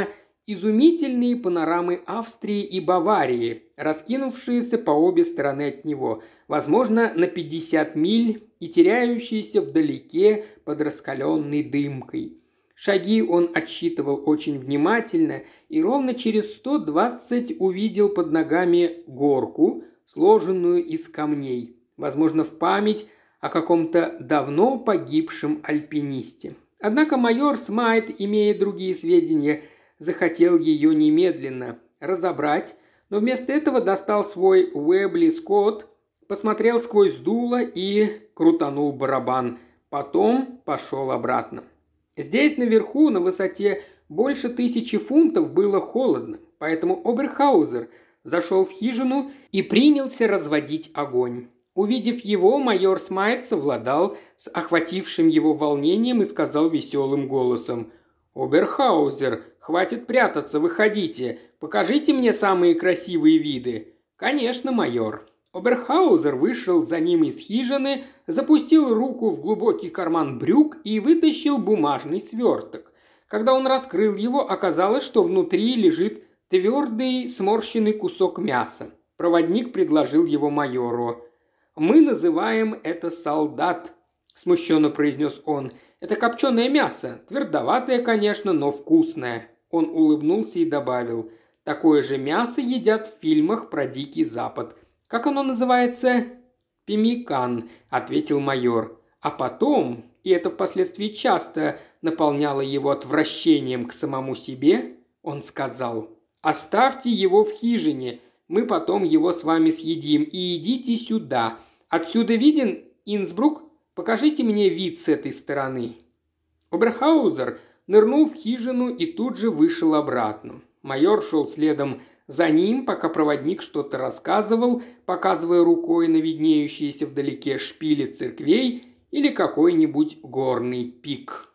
A: изумительные панорамы Австрии и Баварии, раскинувшиеся по обе стороны от него, возможно, на 50 миль и теряющиеся вдалеке под раскаленной дымкой. Шаги он отсчитывал очень внимательно и ровно через 120 увидел под ногами горку, сложенную из камней, возможно, в память о каком-то давно погибшем альпинисте. Однако майор Смайт, имея другие сведения, захотел ее немедленно разобрать, но вместо этого достал свой Уэбли Скотт, посмотрел сквозь дуло и крутанул барабан. Потом пошел обратно. Здесь наверху, на высоте больше 1000 фунтов, было холодно, поэтому Оберхаузер зашел в хижину и принялся разводить огонь. Увидев его, майор Смайт совладал с охватившим его волнением и сказал веселым голосом: «Оберхаузер, хватит прятаться, выходите, покажите мне самые красивые виды». «Конечно, майор». Оберхаузер вышел за ним из хижины, запустил руку в глубокий карман брюк и вытащил бумажный сверток. Когда он раскрыл его, оказалось, что внутри лежит твердый сморщенный кусок мяса. Проводник предложил его майору. «Мы называем это солдат», – смущенно произнес он. «Это копченое мясо, твердоватое, конечно, но вкусное». Он улыбнулся и добавил: «Такое же мясо едят в фильмах про Дикий Запад. Как оно называется?» «Пемикан», – ответил майор. А потом, и это впоследствии часто наполняло его отвращением к самому себе, он сказал: «Оставьте его в хижине, мы потом его с вами съедим, и идите сюда. Отсюда виден Инсбрук? Покажите мне вид с этой стороны». Оберхаузер нырнул в хижину и тут же вышел обратно. Майор шел следом за ним, пока проводник что-то рассказывал, показывая рукой на виднеющиеся вдалеке шпили церквей или какой-нибудь горный пик.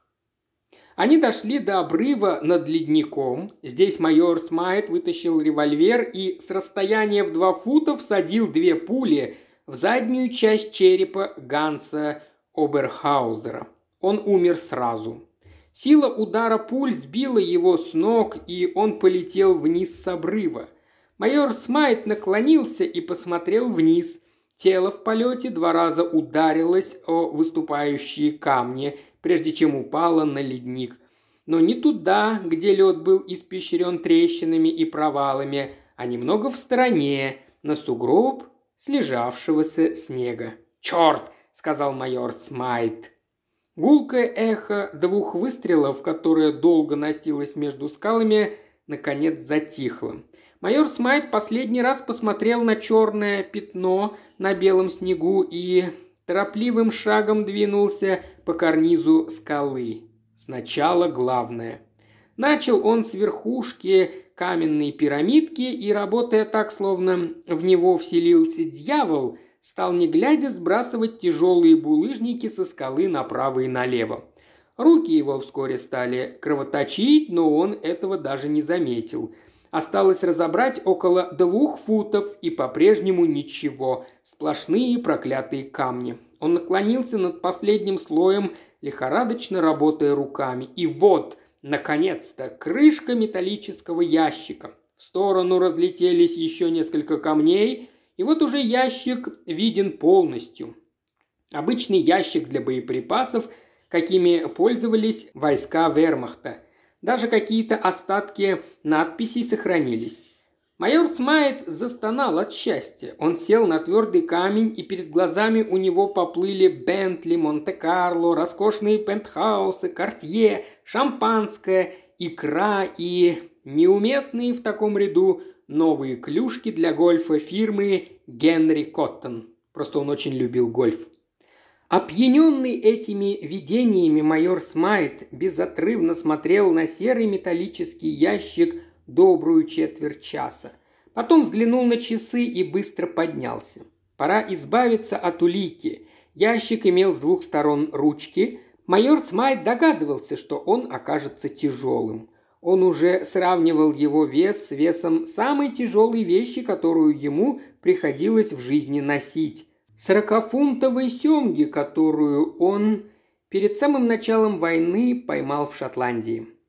A: Они дошли до обрыва над ледником. Здесь майор Смайт вытащил револьвер и с расстояния в 2 фута всадил 2 пули в заднюю часть черепа Ганса Оберхаузера. Он умер сразу. Сила удара пуль сбила его с ног, и он полетел вниз с обрыва. Майор Смайт наклонился и посмотрел вниз. Тело в полете 2 раза ударилось о выступающие камни, прежде чем упало на ледник. Но не туда, где лед был испещрен трещинами и провалами, а немного в стороне, на сугроб слежавшегося снега. «Черт!» – сказал майор Смайт. Гулкое эхо 2 выстрелов, которое долго носилось между скалами, наконец затихло. Майор Смайт последний раз посмотрел на черное пятно на белом снегу и торопливым шагом двинулся по карнизу скалы. Сначала главное. Начал он с верхушки каменной пирамидки и, работая так, словно в него вселился дьявол, стал не глядя сбрасывать тяжелые булыжники со скалы направо и налево. Руки его вскоре стали кровоточить, но он этого даже не заметил. Осталось разобрать около 2 футов, и по-прежнему ничего, сплошные проклятые камни. Он наклонился над последним слоем, лихорадочно работая руками. И вот, наконец-то, крышка металлического ящика. В сторону разлетелись еще несколько камней, и вот уже ящик виден полностью. Обычный ящик для боеприпасов, какими пользовались войска вермахта. Даже какие-то остатки надписей сохранились. Майор Смайт застонал от счастья. Он сел на твердый камень, и перед глазами у него поплыли Бентли, Монте-Карло, роскошные пентхаусы, Кортье, шампанское, икра и неуместные в таком ряду новые клюшки для гольфа фирмы Генри Коттон. Просто он очень любил гольф. Опьяненный этими видениями, майор Смайт безотрывно смотрел на серый металлический ящик добрую четверть часа. Потом взглянул на часы и быстро поднялся. Пора избавиться от улики. Ящик имел с 2 сторон ручки. Майор Смайт догадывался, что он окажется тяжелым. Он уже сравнивал его вес с весом самой тяжелой вещи, которую ему приходилось в жизни носить. 40-фунтовой семги, которую он перед самым началом войны поймал в Шотландии.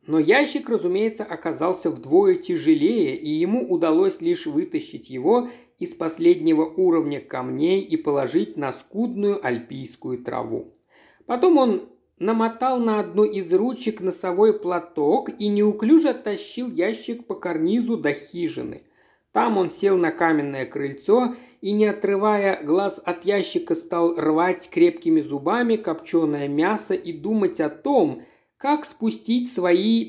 A: Но ящик, разумеется, оказался вдвое тяжелее, и ему удалось лишь вытащить его из последнего уровня камней и положить на скудную альпийскую траву. Потом он намотал на одну из ручек носовой платок и неуклюже оттащил ящик по карнизу до хижины. Там он сел на каменное крыльцо и, не отрывая глаз от ящика, стал рвать крепкими зубами копченое мясо и думать о том, как спустить свои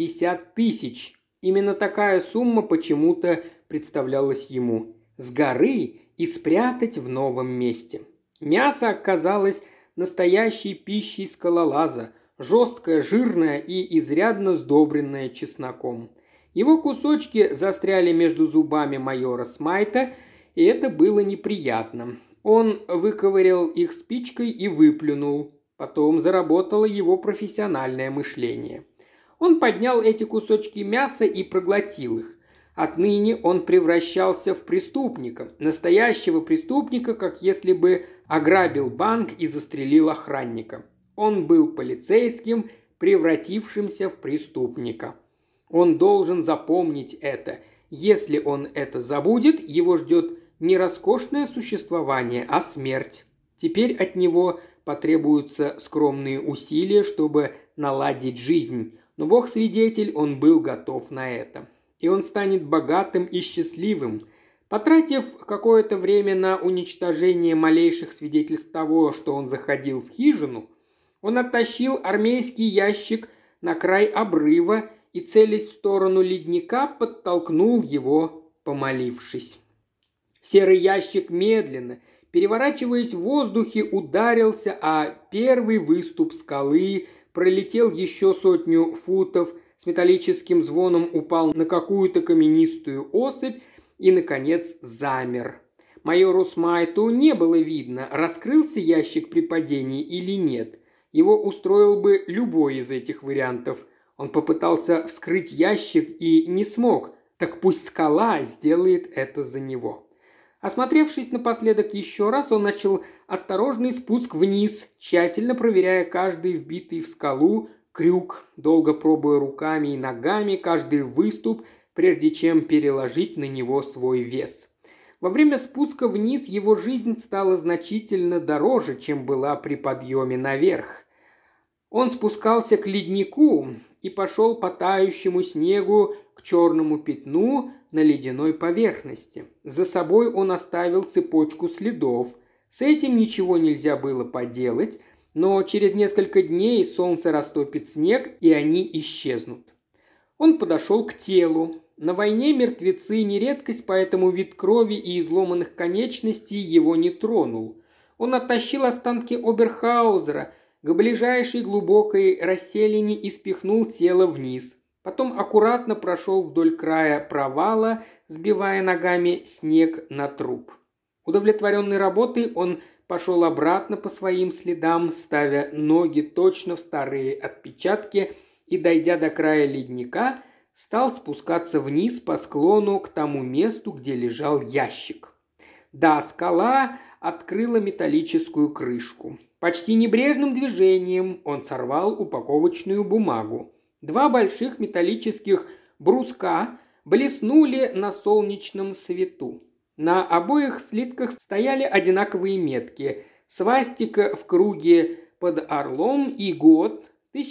A: 50 тысяч. Именно такая сумма почему-то представлялась ему. С горы и спрятать в новом месте. Мясо оказалось настоящей пищей скалолаза, жесткое, жирное и изрядно сдобренное чесноком. Его кусочки застряли между зубами майора Смайта, и это было неприятно. Он выковырял их спичкой и выплюнул. Потом заработало его профессиональное мышление. Он поднял эти кусочки мяса и проглотил их. Отныне он превращался в преступника, настоящего преступника, как если бы ограбил банк и застрелил охранника. Он был полицейским, превратившимся в преступника. Он должен запомнить это. Если он это забудет, его ждет не роскошное существование, а смерть. Теперь от него потребуются скромные усилия, чтобы наладить жизнь. Но Бог свидетель, он был готов на это. И он станет богатым и счастливым. Потратив какое-то время на уничтожение малейших свидетельств того, что он заходил в хижину, он оттащил армейский ящик на край обрыва и, целясь в сторону ледника, подтолкнул его, помолившись. Серый ящик медленно, переворачиваясь в воздухе, ударился, а первый выступ скалы пролетел еще 100 футов, с металлическим звоном упал на какую-то каменистую осыпь и, наконец, замер. Майору Смайту не было видно, раскрылся ящик при падении или нет. Его устроил бы любой из этих вариантов. Он попытался вскрыть ящик и не смог, так пусть скала сделает это за него. Осмотревшись напоследок еще раз, он начал осторожный спуск вниз, тщательно проверяя каждый вбитый в скалу крюк, долго пробуя руками и ногами каждый выступ, прежде чем переложить на него свой вес. Во время спуска вниз его жизнь стала значительно дороже, чем была при подъеме наверх. Он спускался к леднику и пошел по тающему снегу к черному пятну на ледяной поверхности. За собой он оставил цепочку следов. С этим ничего нельзя было поделать, но через несколько дней солнце растопит снег, и они исчезнут. Он подошел к телу. На войне мертвецы не редкость, поэтому вид крови и изломанных конечностей его не тронул. Он оттащил останки Оберхаузера к ближайшей глубокой расселине и спихнул тело вниз. Потом аккуратно прошел вдоль края провала, сбивая ногами снег на труп. Удовлетворенный работой, он пошел обратно по своим следам, ставя ноги точно в старые отпечатки и, дойдя до края ледника, стал спускаться вниз по склону к тому месту, где лежал ящик. Да, скала открыла металлическую крышку. Почти небрежным движением он сорвал упаковочную бумагу. 2 больших металлических бруска блеснули на солнечном свету. На обоих слитках стояли одинаковые метки. Свастика в круге под орлом и год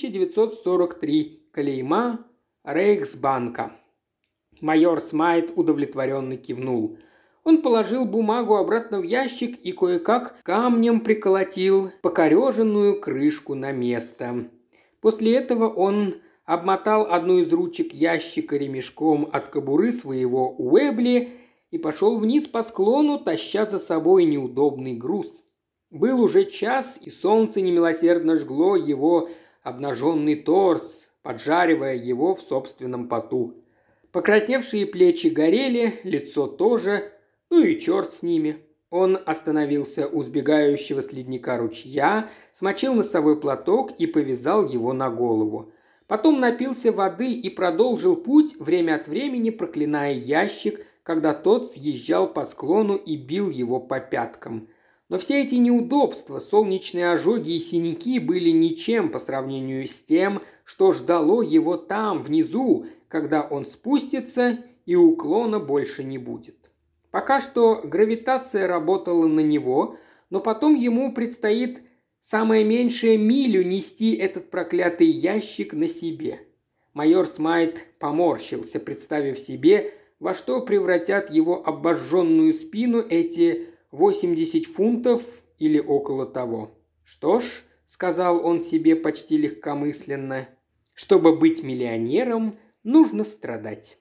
A: 1943. Клейма Рейхсбанка. Майор Смайт удовлетворенно кивнул. Он положил бумагу обратно в ящик и кое-как камнем приколотил покореженную крышку на место. После этого он обмотал одну из ручек ящика ремешком от кобуры своего Уэбли и пошел вниз по склону, таща за собой неудобный груз. Был уже час, и солнце немилосердно жгло его обнаженный торс, поджаривая его в собственном поту. Покрасневшие плечи горели, лицо тоже, ну и черт с ними. Он остановился у сбегающего с ледника ручья, смочил носовой платок и повязал его на голову. Потом напился воды и продолжил путь, время от времени проклиная ящик, когда тот съезжал по склону и бил его по пяткам. Но все эти неудобства, солнечные ожоги и синяки были ничем по сравнению с тем, что ждало его там, внизу, когда он спустится и уклона больше не будет. Пока что гравитация работала на него, но потом ему предстоит самое меньшее милю нести этот проклятый ящик на себе. Майор Смайт поморщился, представив себе, во что превратят его обожженную спину эти 80 фунтов или около того. «Что ж», — сказал он себе почти легкомысленно, — «чтобы быть миллионером, нужно страдать».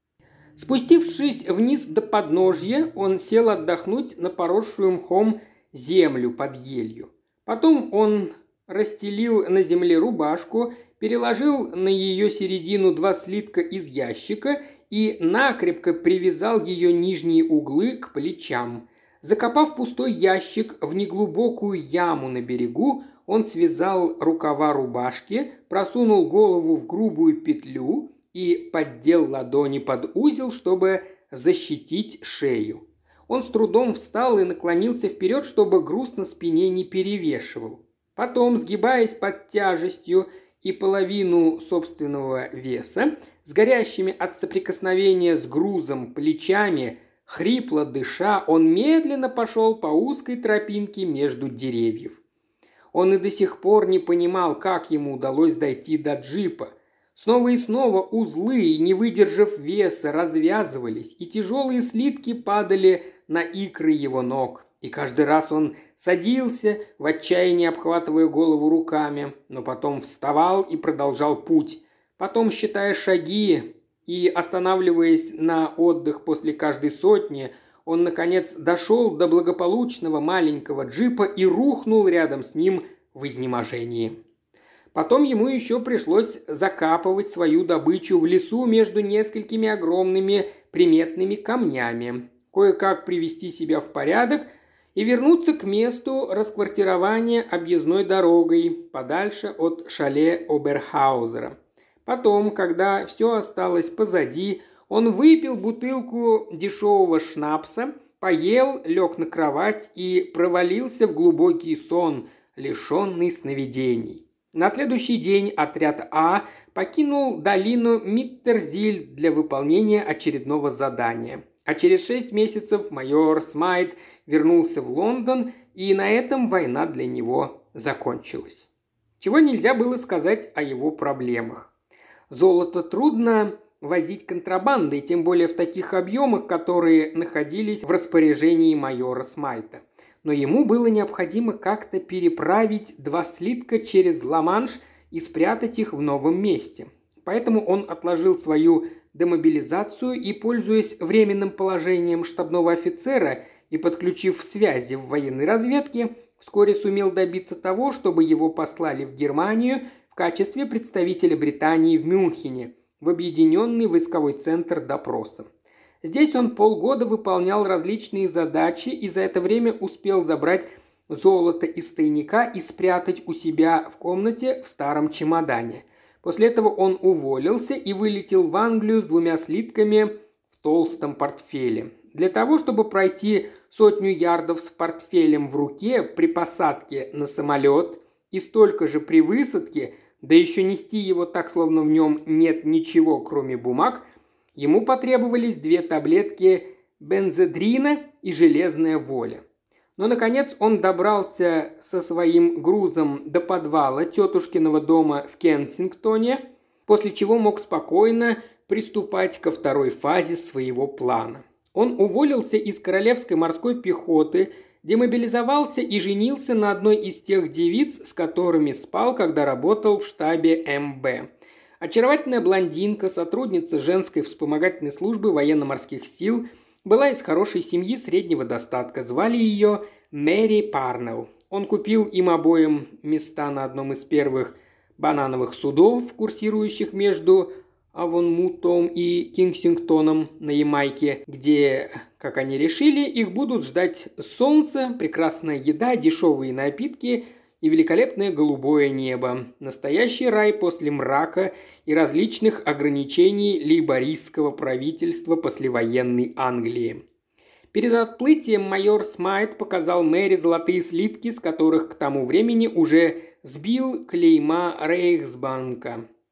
A: Спустившись вниз до подножья, он сел отдохнуть на поросшую мхом землю под елью. Потом он расстелил на земле рубашку, переложил на ее середину 2 слитка из ящика и накрепко привязал ее нижние углы к плечам. Закопав пустой ящик в неглубокую яму на берегу, он связал рукава рубашки, просунул голову в грубую петлю и поддел ладони под узел, чтобы защитить шею. Он с трудом встал и наклонился вперед, чтобы груз на спине не перевешивал. Потом, сгибаясь под тяжестью и половину собственного веса, с горящими от соприкосновения с грузом плечами, хрипло дыша, он медленно пошел по узкой тропинке между деревьев. Он и до сих пор не понимал, как ему удалось дойти до джипа. Снова и снова узлы, не выдержав веса, развязывались, и тяжелые слитки падали на икры его ног. И каждый раз он садился, в отчаянии обхватывая голову руками, но потом вставал и продолжал путь. Потом, считая шаги и останавливаясь на отдых после каждой сотни, он, наконец, дошел до благополучного маленького джипа и рухнул рядом с ним в изнеможении. Потом ему еще пришлось закапывать свою добычу в лесу между несколькими огромными приметными камнями, кое-как привести себя в порядок и вернуться к месту расквартирования объездной дорогой, подальше от шале Оберхаузера. Потом, когда все осталось позади, он выпил бутылку дешевого шнапса, поел, лег на кровать и провалился в глубокий сон, лишенный сновидений. На следующий день отряд А покинул долину Миттерзиль для выполнения очередного задания. А через 6 месяцев майор Смайт вернулся в Лондон, и на этом война для него закончилась. Чего нельзя было сказать о его проблемах. Золото трудно возить контрабандой, тем более в таких объемах, которые находились в распоряжении майора Смайта. Но ему было необходимо как-то переправить 2 слитка через Ла-Манш и спрятать их в новом месте. Поэтому он отложил свою демобилизацию и, пользуясь временным положением штабного офицера и подключив связи в военной разведке, вскоре сумел добиться того, чтобы его послали в Германию в качестве представителя Британии в Мюнхене, в Объединенный войсковой центр допроса. Здесь он полгода выполнял различные задачи и за это время успел забрать золото из тайника и спрятать у себя в комнате в старом чемодане. После этого он уволился и вылетел в Англию с 2 слитками в толстом портфеле. Для того, чтобы пройти 100 ярдов с портфелем в руке при посадке на самолет и столько же при высадке, да еще нести его так, словно в нем нет ничего, кроме бумаг, ему потребовались 2 таблетки бензедрина и железная воля. Но, наконец, он добрался со своим грузом до подвала тетушкиного дома в Кенсингтоне, после чего мог спокойно приступать ко второй фазе своего плана. Он уволился из Королевской морской пехоты, демобилизовался и женился на одной из тех девиц, с которыми спал, когда работал в штабе МБ. Очаровательная блондинка, сотрудница женской вспомогательной службы военно-морских сил, была из хорошей семьи среднего достатка. Звали ее Мэри Парнелл. Он купил им обоим места на одном из первых банановых судов, курсирующих между Авонмутом и Кенсингтоном на Ямайке, где, как они решили, их будут ждать солнце, прекрасная еда, дешевые напитки и великолепное голубое небо. Настоящий рай после мрака и различных ограничений лейбористского правительства послевоенной Англии. Перед отплытием майор Смайт показал Мэри золотые слитки, с которых к тому времени уже сбил клейма Рейхсбанка.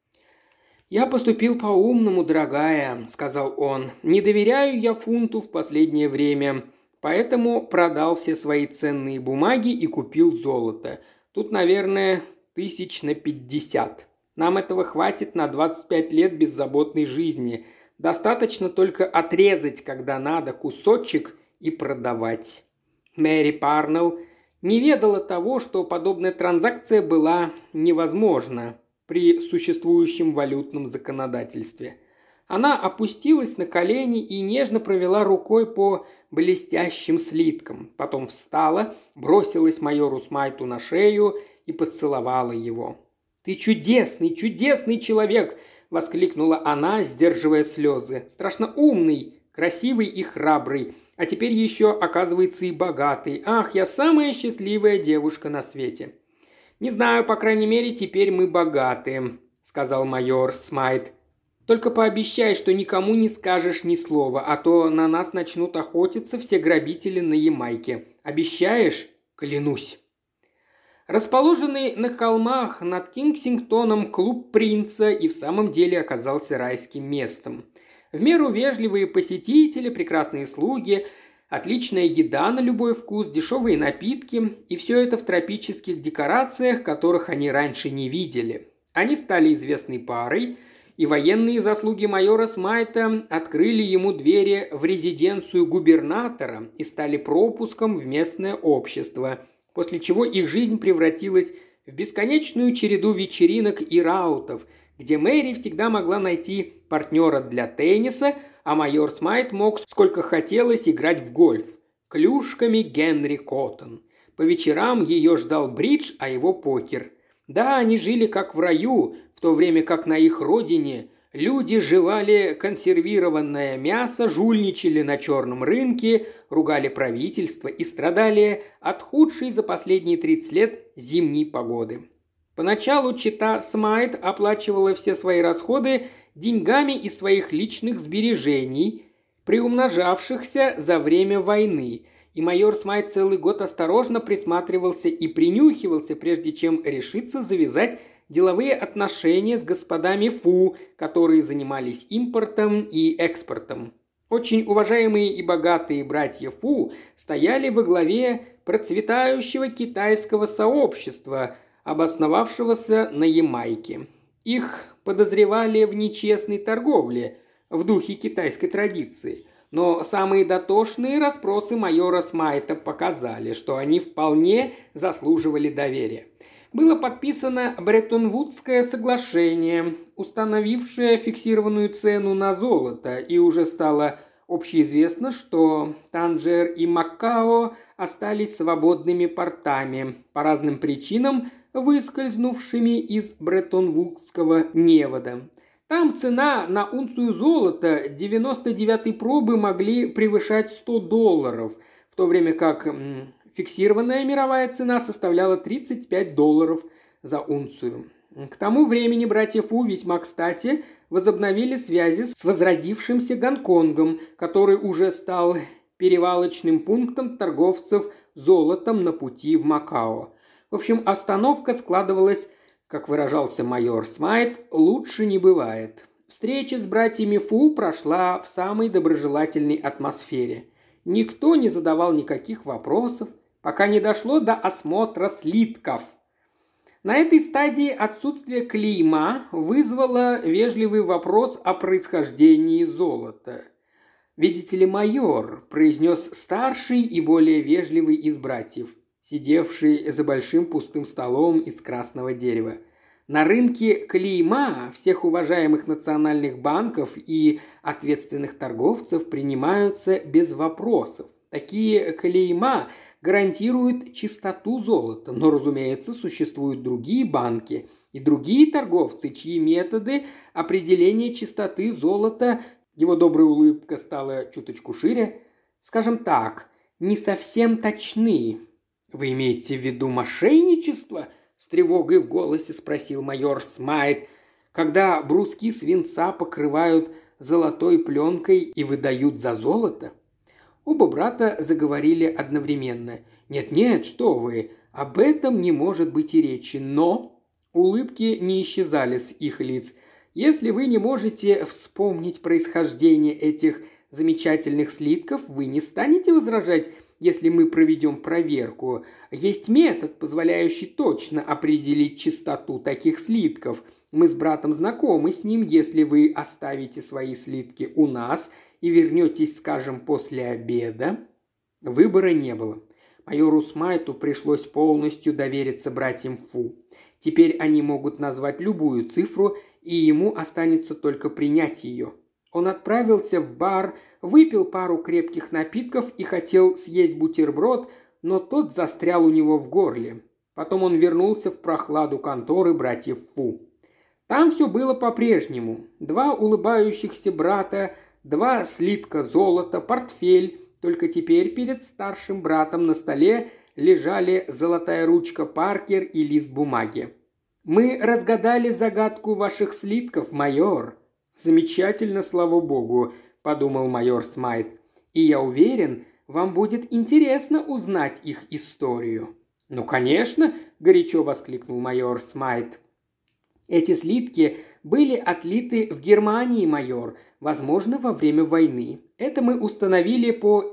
A: «Я поступил по-умному, дорогая», – сказал он. «Не доверяю я фунту в последнее время, поэтому продал все свои ценные бумаги и купил золото. Тут, наверное, 1000 на 50. Нам этого хватит на 25 лет беззаботной жизни. Достаточно только отрезать, когда надо, кусочек и продавать». Мэри Парнелл не ведала того, что подобная транзакция была невозможна при существующем валютном законодательстве. Она опустилась на колени и нежно провела рукой по блестящим слиткам. Потом встала, бросилась майору Смайту на шею и поцеловала его. «Ты чудесный, чудесный человек!» – воскликнула она, сдерживая слезы. «Страшно умный, красивый и храбрый. А теперь еще, оказывается, и богатый. Ах, я самая счастливая девушка на свете!» «Не знаю, по крайней мере, теперь мы богаты», – сказал майор Смайт. «Только пообещай, что никому не скажешь ни слова, а то на нас начнут охотиться все грабители на Ямайке. Обещаешь?» «Клянусь». Расположенный на холмах над Кингсингтоном клуб принца и в самом деле оказался райским местом. В меру вежливые посетители, прекрасные слуги, отличная еда на любой вкус, дешевые напитки и все это в тропических декорациях, которых они раньше не видели. Они стали известной парой, и военные заслуги майора Смайта открыли ему двери в резиденцию губернатора и стали пропуском в местное общество, после чего их жизнь превратилась в бесконечную череду вечеринок и раутов, где Мэри всегда могла найти партнера для тенниса, а майор Смайт мог, сколько хотелось, играть в гольф клюшками Генри Коттон. По вечерам ее ждал бридж, а его покер. Да, они жили как в раю, в то время как на их родине люди жевали консервированное мясо, жульничали на черном рынке, ругали правительство и страдали от худшей за последние 30 лет зимней погоды. Поначалу чета Смайт оплачивала все свои расходы деньгами из своих личных сбережений, приумножавшихся за время войны, и майор Смайт целый год осторожно присматривался и принюхивался, прежде чем решиться завязать деловые отношения с господами Фу, которые занимались импортом и экспортом. Очень уважаемые и богатые братья Фу стояли во главе процветающего китайского сообщества, обосновавшегося на Ямайке. Их подозревали в нечестной торговле, в духе китайской традиции. Но самые дотошные расспросы майора Смайта показали, что они вполне заслуживали доверия. Было подписано Бреттон-Вудское соглашение, установившее фиксированную цену на золото, и уже стало общеизвестно, что Танжер и Макао остались свободными портами, по разным причинам выскользнувшими из Бреттон-Вудского невода. Там цена на унцию золота 99-й пробы могли превышать $100, в то время как фиксированная мировая цена составляла $35 за унцию. К тому времени братья Фу весьма кстати возобновили связи с возродившимся Гонконгом, который уже стал перевалочным пунктом торговцев золотом на пути в Макао. В общем, остановка складывалась, как выражался майор Смайт, лучше не бывает. Встреча с братьями Фу прошла в самой доброжелательной атмосфере. Никто не задавал никаких вопросов, пока не дошло до осмотра слитков. На этой стадии отсутствие клейма вызвало вежливый вопрос о происхождении золота. «Видите ли, майор», – произнес старший и более вежливый из братьев, сидевший за большим пустым столом из красного дерева. «На рынке клейма всех уважаемых национальных банков и ответственных торговцев принимаются без вопросов. Такие клейма гарантируют чистоту золота, но, разумеется, существуют другие банки и другие торговцы, чьи методы определения чистоты золота». Его добрая улыбка стала чуточку шире. «Скажем так, не совсем точны». «Вы имеете в виду мошенничество?» – с тревогой в голосе спросил майор Смайт. «Когда бруски свинца покрывают золотой пленкой и выдают за золото?» Оба брата заговорили одновременно. «Нет-нет, что вы, об этом не может быть и речи, но...» Улыбки не исчезали с их лиц. Если вы не можете вспомнить происхождение этих замечательных слитков, вы не станете возражать, если мы проведем проверку. Есть метод, позволяющий точно определить чистоту таких слитков. Мы с братом знакомы с ним. Если вы оставите свои слитки у нас и вернетесь, скажем, после обеда. Выбора не было. Майору Смайту пришлось полностью довериться братьям Фу. Теперь они могут назвать любую цифру, и ему останется только принять ее. Он отправился в бар, выпил пару крепких напитков и хотел съесть бутерброд, но тот застрял у него в горле. Потом он вернулся в прохладу конторы братьев Фу. Там все было по-прежнему. 2 улыбающихся брата, 2 слитка золота, портфель. Только теперь перед старшим братом на столе лежали золотая ручка Паркер и лист бумаги. «Мы разгадали загадку ваших слитков, майор». «Замечательно, слава богу», – подумал майор Смайт. «И я уверен, вам будет интересно узнать их историю». «Ну, конечно», – горячо воскликнул майор Смайт. «Эти слитки были отлиты в Германии, майор, возможно, во время войны. Это мы установили по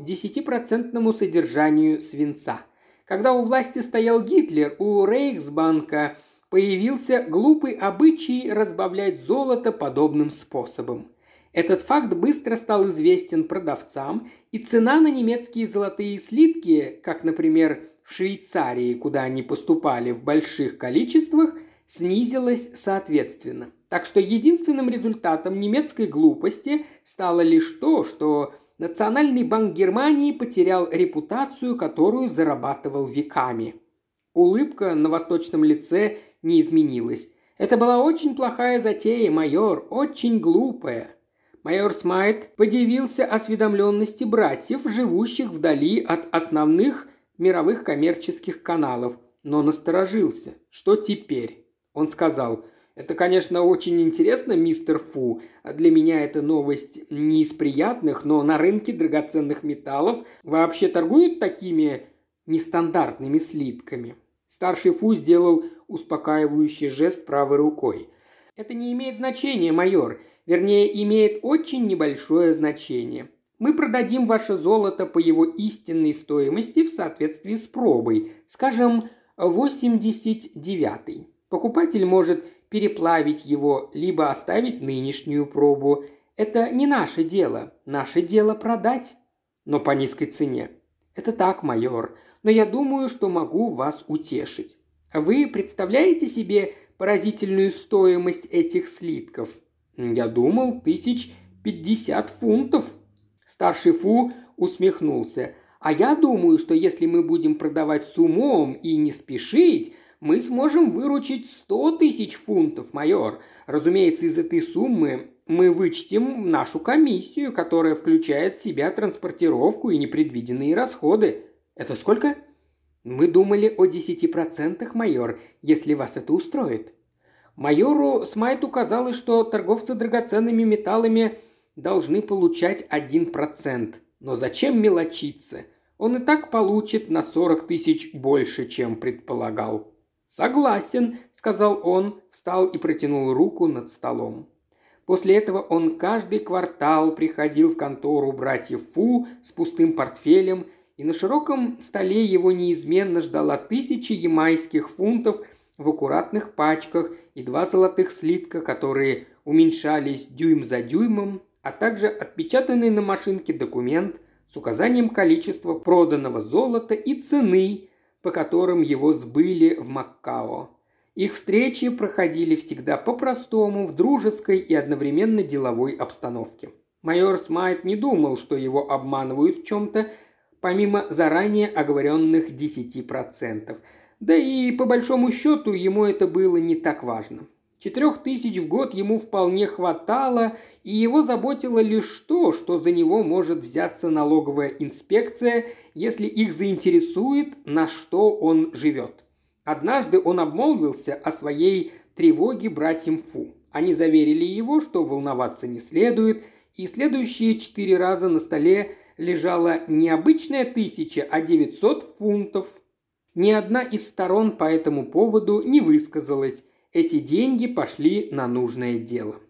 A: 10% содержанию свинца. Когда у власти стоял Гитлер, у Рейхсбанка появился глупый обычай разбавлять золото подобным способом. Этот факт быстро стал известен продавцам, и цена на немецкие золотые слитки, как, например, в Швейцарии, куда они поступали в больших количествах, снизилась соответственно. Так что единственным результатом немецкой глупости стало лишь то, что Национальный банк Германии потерял репутацию, которую зарабатывал веками. Улыбка на восточном лице не изменилась. Это была очень плохая затея, майор, очень глупая. Майор Смайт подивился осведомленности братьев, живущих вдали от основных мировых коммерческих каналов, но насторожился. Что теперь? Он сказал: «Это, конечно, очень интересно, мистер Фу. Для меня эта новость не из приятных, но на рынке драгоценных металлов вообще торгуют такими нестандартными слитками». Старший Фу сделал успокаивающий жест правой рукой. «Это не имеет значения, майор. Вернее, имеет очень небольшое значение. Мы продадим ваше золото по его истинной стоимости в соответствии с пробой, скажем, 89-й. Покупатель может переплавить его, либо оставить нынешнюю пробу. Это не наше дело. Наше дело продать. Но по низкой цене. Это так, майор. Но я думаю, что могу вас утешить. Вы представляете себе поразительную стоимость этих слитков? Я думал, 1050 фунтов. Старший Фу усмехнулся. А я думаю, что если мы будем продавать с умом и не спешить, мы сможем выручить 100 тысяч фунтов, майор. Разумеется, из этой суммы мы вычтем нашу комиссию, которая включает в себя транспортировку и непредвиденные расходы. Это сколько? Мы думали о 10%, майор, если вас это устроит. Майору Смайту казалось, что торговцы драгоценными металлами должны получать 1%. Но зачем мелочиться? Он и так получит на 40 тысяч больше, чем предполагал. «Согласен», – сказал он, встал и протянул руку над столом. После этого он каждый квартал приходил в контору братьев Фу с пустым портфелем, и на широком столе его неизменно ждала 1000 ямайских фунтов в аккуратных пачках и 2 золотых слитка, которые уменьшались дюйм за дюймом, а также отпечатанный на машинке документ с указанием количества проданного золота и цены, по которым его сбыли в Маккао. Их встречи проходили всегда по-простому, в дружеской и одновременно деловой обстановке. Майор Смайт не думал, что его обманывают в чем-то, помимо заранее оговоренных 10%. Да и по большому счету ему это было не так важно. 4000 в год ему вполне хватало, и его заботило лишь то, что за него может взяться налоговая инспекция, если их заинтересует, на что он живет. Однажды он обмолвился о своей тревоге братьям Фу. Они заверили его, что волноваться не следует, и следующие 4 раза на столе лежала не обычная 1000, а 900 фунтов. Ни одна из сторон по этому поводу не высказалась. Эти деньги пошли на нужное дело.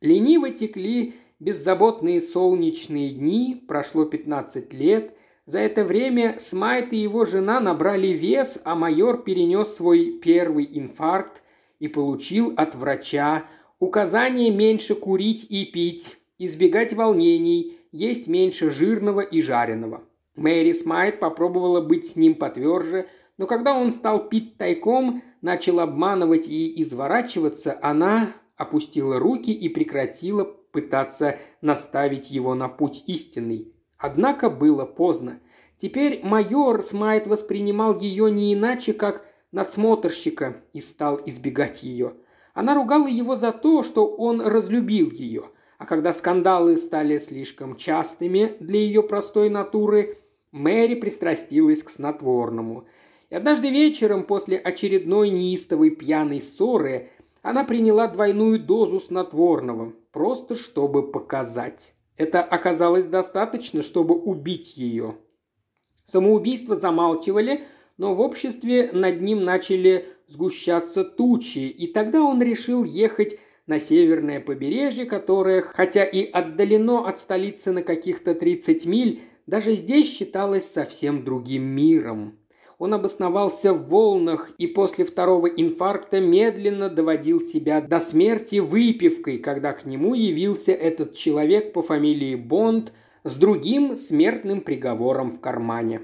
A: Лениво текли беззаботные солнечные дни, прошло 15 лет. За это время Смайт и его жена набрали вес, а майор перенес свой первый инфаркт и получил от врача указание меньше курить и пить, избегать волнений, есть меньше жирного и жареного. Мэри Смайт попробовала быть с ним потверже, но когда он стал пить тайком, начал обманывать и изворачиваться, она опустила руки и прекратила пытаться наставить его на путь истинный. Однако было поздно. Теперь майор Смайт воспринимал ее не иначе, как надсмотрщика, и стал избегать ее. Она ругала его за то, что он разлюбил ее, а когда скандалы стали слишком частыми для ее простой натуры, Мэри пристрастилась к снотворному. И однажды вечером после очередной неистовой пьяной ссоры она приняла двойную дозу снотворного, просто чтобы показать. Это оказалось достаточно, чтобы убить ее. Самоубийство замалчивали, но в обществе над ним начали сгущаться тучи, и тогда он решил ехать на северное побережье, которое, хотя и отдалено от столицы на каких-то 30 миль, даже здесь считалось совсем другим миром. Он обосновался в волнах и после второго инфаркта медленно доводил себя до смерти выпивкой, когда к нему явился этот человек по фамилии Бонд с другим смертным приговором в кармане.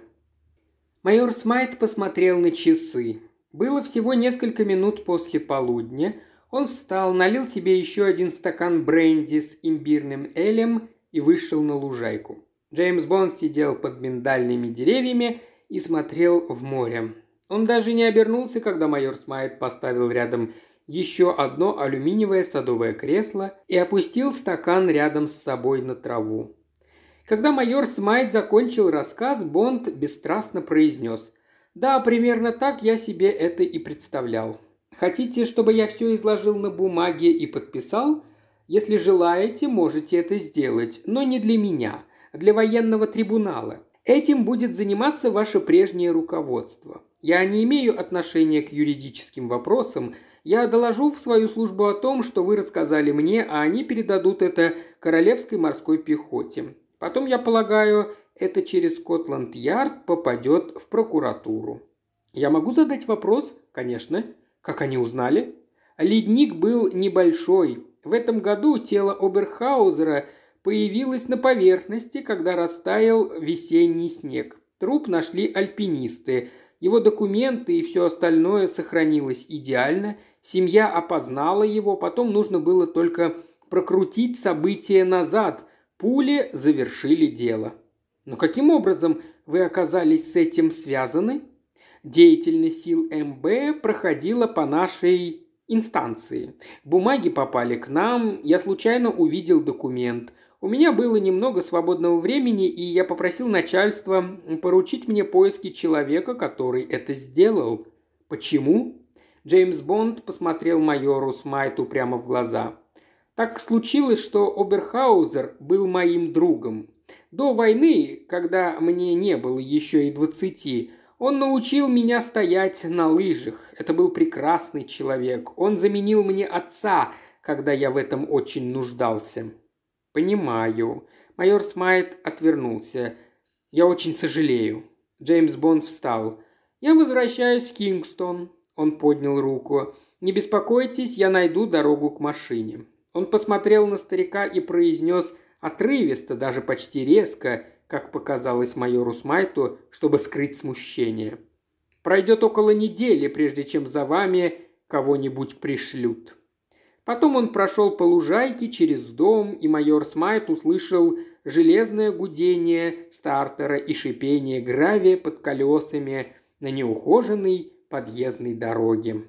A: Майор Смайт посмотрел на часы. Было всего несколько минут после полудня. Он встал, налил себе еще один стакан бренди с имбирным элем и вышел на лужайку. Джеймс Бонд сидел под миндальными деревьями и смотрел в море. Он даже не обернулся, когда майор Смайт поставил рядом еще одно алюминиевое садовое кресло и опустил стакан рядом с собой на траву. Когда майор Смайт закончил рассказ, Бонд бесстрастно произнес: «Да, примерно так я себе это и представлял. Хотите, чтобы я все изложил на бумаге и подписал? Если желаете, можете это сделать, но не для меня, а для военного трибунала. Этим будет заниматься ваше прежнее руководство. Я не имею отношения к юридическим вопросам. Я доложу в свою службу о том, что вы рассказали мне, а они передадут это Королевской морской пехоте. Потом, я полагаю, это через Скотланд-Ярд попадет в прокуратуру». «Я могу задать вопрос?» «Конечно. Как они узнали?» «Ледник был небольшой. В этом году тело Оберхаузера появилось на поверхности, когда растаял весенний снег. Труп нашли альпинисты. Его документы и все остальное сохранилось идеально. Семья опознала его, потом нужно было только прокрутить события назад. Пули завершили дело». «Но каким образом вы оказались с этим связаны?» «Деятельность сил МБ проходила по нашей инстанции. Бумаги попали к нам, я случайно увидел документ. У меня было немного свободного времени, и я попросил начальство поручить мне поиски человека, который это сделал». «Почему?» Джеймс Бонд посмотрел майору Смайту прямо в глаза. «Так случилось, что Оберхаузер был моим другом. До войны, когда мне не было еще и 20, он научил меня стоять на лыжах. Это был прекрасный человек. Он заменил мне отца, когда я в этом очень нуждался». «Понимаю». Майор Смайт отвернулся. «Я очень сожалею». Джеймс Бонд встал. «Я возвращаюсь в Кингстон». Он поднял руку. «Не беспокойтесь, я найду дорогу к машине». Он посмотрел на старика и произнес отрывисто, даже почти резко, как показалось майору Смайту, чтобы скрыть смущение: «Пройдет около недели, прежде чем за вами кого-нибудь пришлют». Потом он прошел по лужайке через дом, и майор Смайт услышал железное гудение стартера и шипение гравия под колесами на неухоженной подъездной дороге.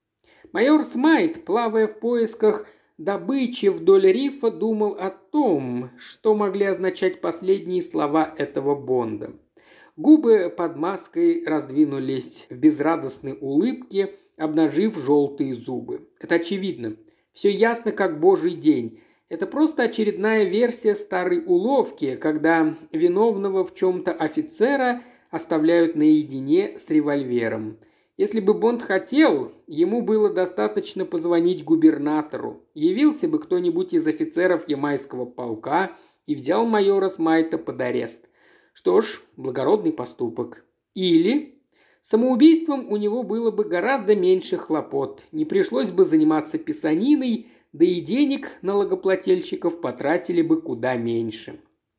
A: Майор Смайт, плавая в поисках добычи вдоль рифа, думал о том, что могли означать последние слова этого Бонда. Губы под маской раздвинулись в безрадостной улыбке, обнажив желтые зубы. Это очевидно. Все ясно, как божий день. Это просто очередная версия старой уловки, когда виновного в чем-то офицера оставляют наедине с револьвером. Если бы Бонд хотел, ему было достаточно позвонить губернатору. Явился бы кто-нибудь из офицеров ямайского полка и взял майора Смайта под арест. Что ж, благородный поступок. Или самоубийством у него было бы гораздо меньше хлопот, не пришлось бы заниматься писаниной, да и денег налогоплательщиков потратили бы куда меньше.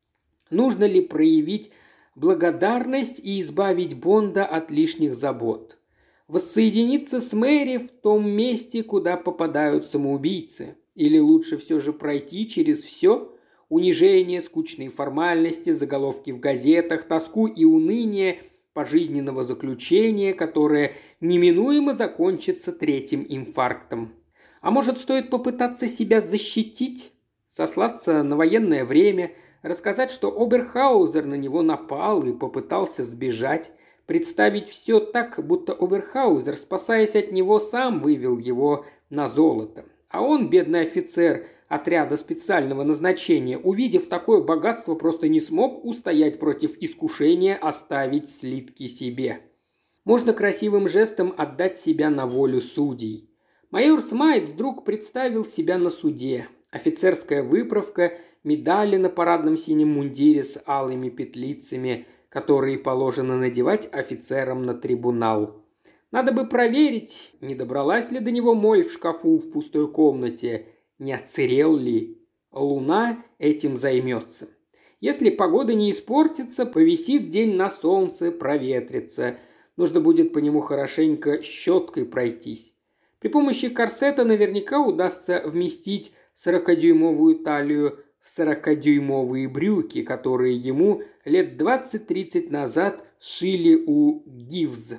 A: Нужно ли проявить благодарность и избавить Бонда от лишних забот? Воссоединиться с Мэри в том месте, куда попадают самоубийцы? Или лучше все же пройти через все? Унижение, скучные формальности, заголовки в газетах, тоску и уныние пожизненного заключения, которое неминуемо закончится третьим инфарктом. А может, стоит попытаться себя защитить? Сослаться на военное время, рассказать, что Оберхаузер на него напал и попытался сбежать, представить все так, будто Оберхаузер, спасаясь от него, сам вывел его на золото. А он, бедный офицер отряда специального назначения, увидев такое богатство, просто не смог устоять против искушения оставить слитки себе. Можно красивым жестом отдать себя на волю судей. Майор Смайт вдруг представил себя на суде. Офицерская выправка, медали на парадном синем мундире с алыми петлицами, которые положено надевать офицерам на трибунал. Надо бы проверить, не добралась ли до него моль в шкафу в пустой комнате, не отсырел ли. Луна этим займется. Если погода не испортится, повисит день на солнце, проветрится. Нужно будет по нему хорошенько щеткой пройтись. При помощи корсета наверняка удастся вместить 40-дюймовую талию в 40-дюймовые брюки, которые ему лет 20-30 назад сшили у Гивз.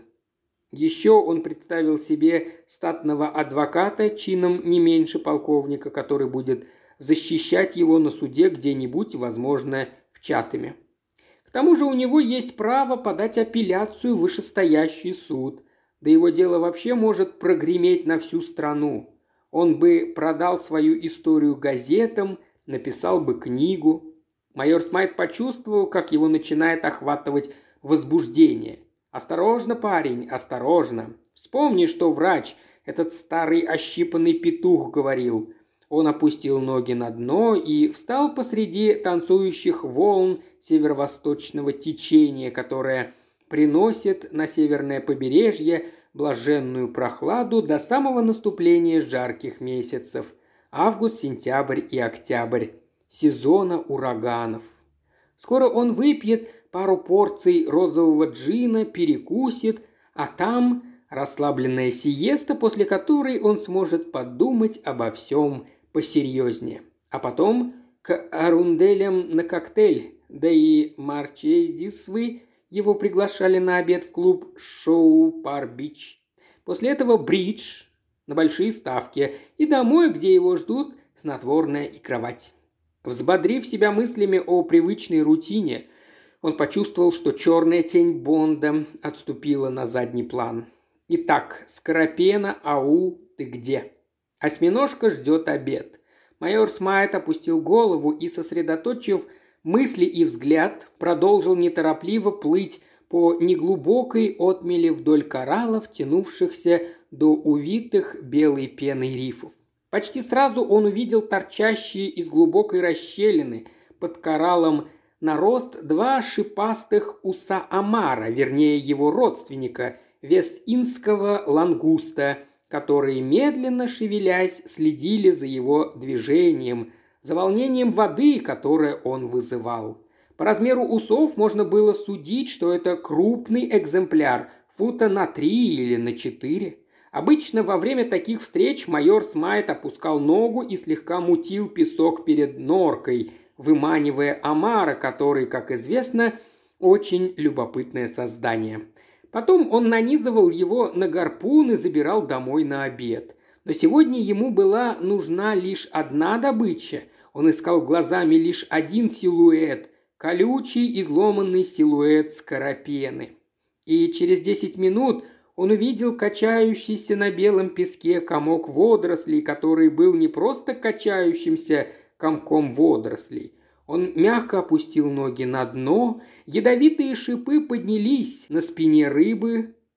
A: Еще он представил себе статного адвоката чином не меньше полковника, который будет защищать его на суде где-нибудь, возможно, в Чатаме. К тому же у него есть право подать апелляцию в вышестоящий суд. Да его дело вообще может прогреметь на всю страну. Он бы продал свою историю газетам, написал бы книгу. Майор Смайт почувствовал, как его начинает охватывать возбуждение. «Осторожно, парень, осторожно. Вспомни, что врач, этот старый ощипанный петух, говорил». Он опустил ноги на дно и встал посреди танцующих волн северо-восточного течения, которое приносит на северное побережье блаженную прохладу до самого наступления жарких месяцев – август, сентябрь и октябрь – сезона ураганов. Скоро он выпьет пару порций розового джина, перекусит, а там расслабленная сиеста, после которой он сможет подумать обо всем посерьезнее. А потом к Арунделям на коктейль, да и Марчезисвы его приглашали на обед в клуб «Шоу Пар-Бич». После этого бридж на большие ставки и домой, где его ждут снотворное и кровать. Взбодрив себя мыслями о привычной рутине, он почувствовал, что черная тень Бонда отступила на задний план. «Итак, Скоропена, ау, ты где?» Осьминожка ждет обед. Майор Смайт опустил голову и, сосредоточив мысли и взгляд, продолжил неторопливо плыть по неглубокой отмели вдоль кораллов, тянувшихся до увитых белой пеной рифов. Почти сразу он увидел торчащие из глубокой расщелины под кораллом нарост два шипастых уса омара, вернее его родственника, вест-индского лангуста, которые, медленно шевелясь, следили за его движением, за волнением воды, которое он вызывал. По размеру усов можно было судить, что это крупный экземпляр, фута на 3 или на 4. Обычно во время таких встреч майор Смайт опускал ногу и слегка мутил песок перед норкой, выманивая омара, который, как известно, очень любопытное создание. Потом он нанизывал его на гарпун и забирал домой на обед. Но сегодня ему была нужна лишь одна добыча. Он искал глазами лишь один силуэт – колючий, изломанный силуэт скоропены. И через 10 минут он увидел качающийся на белом песке комок водорослей, который был не просто качающимся комком водорослей. Он мягко опустил ноги на дно, ядовитые шипы поднялись на спине рыбы,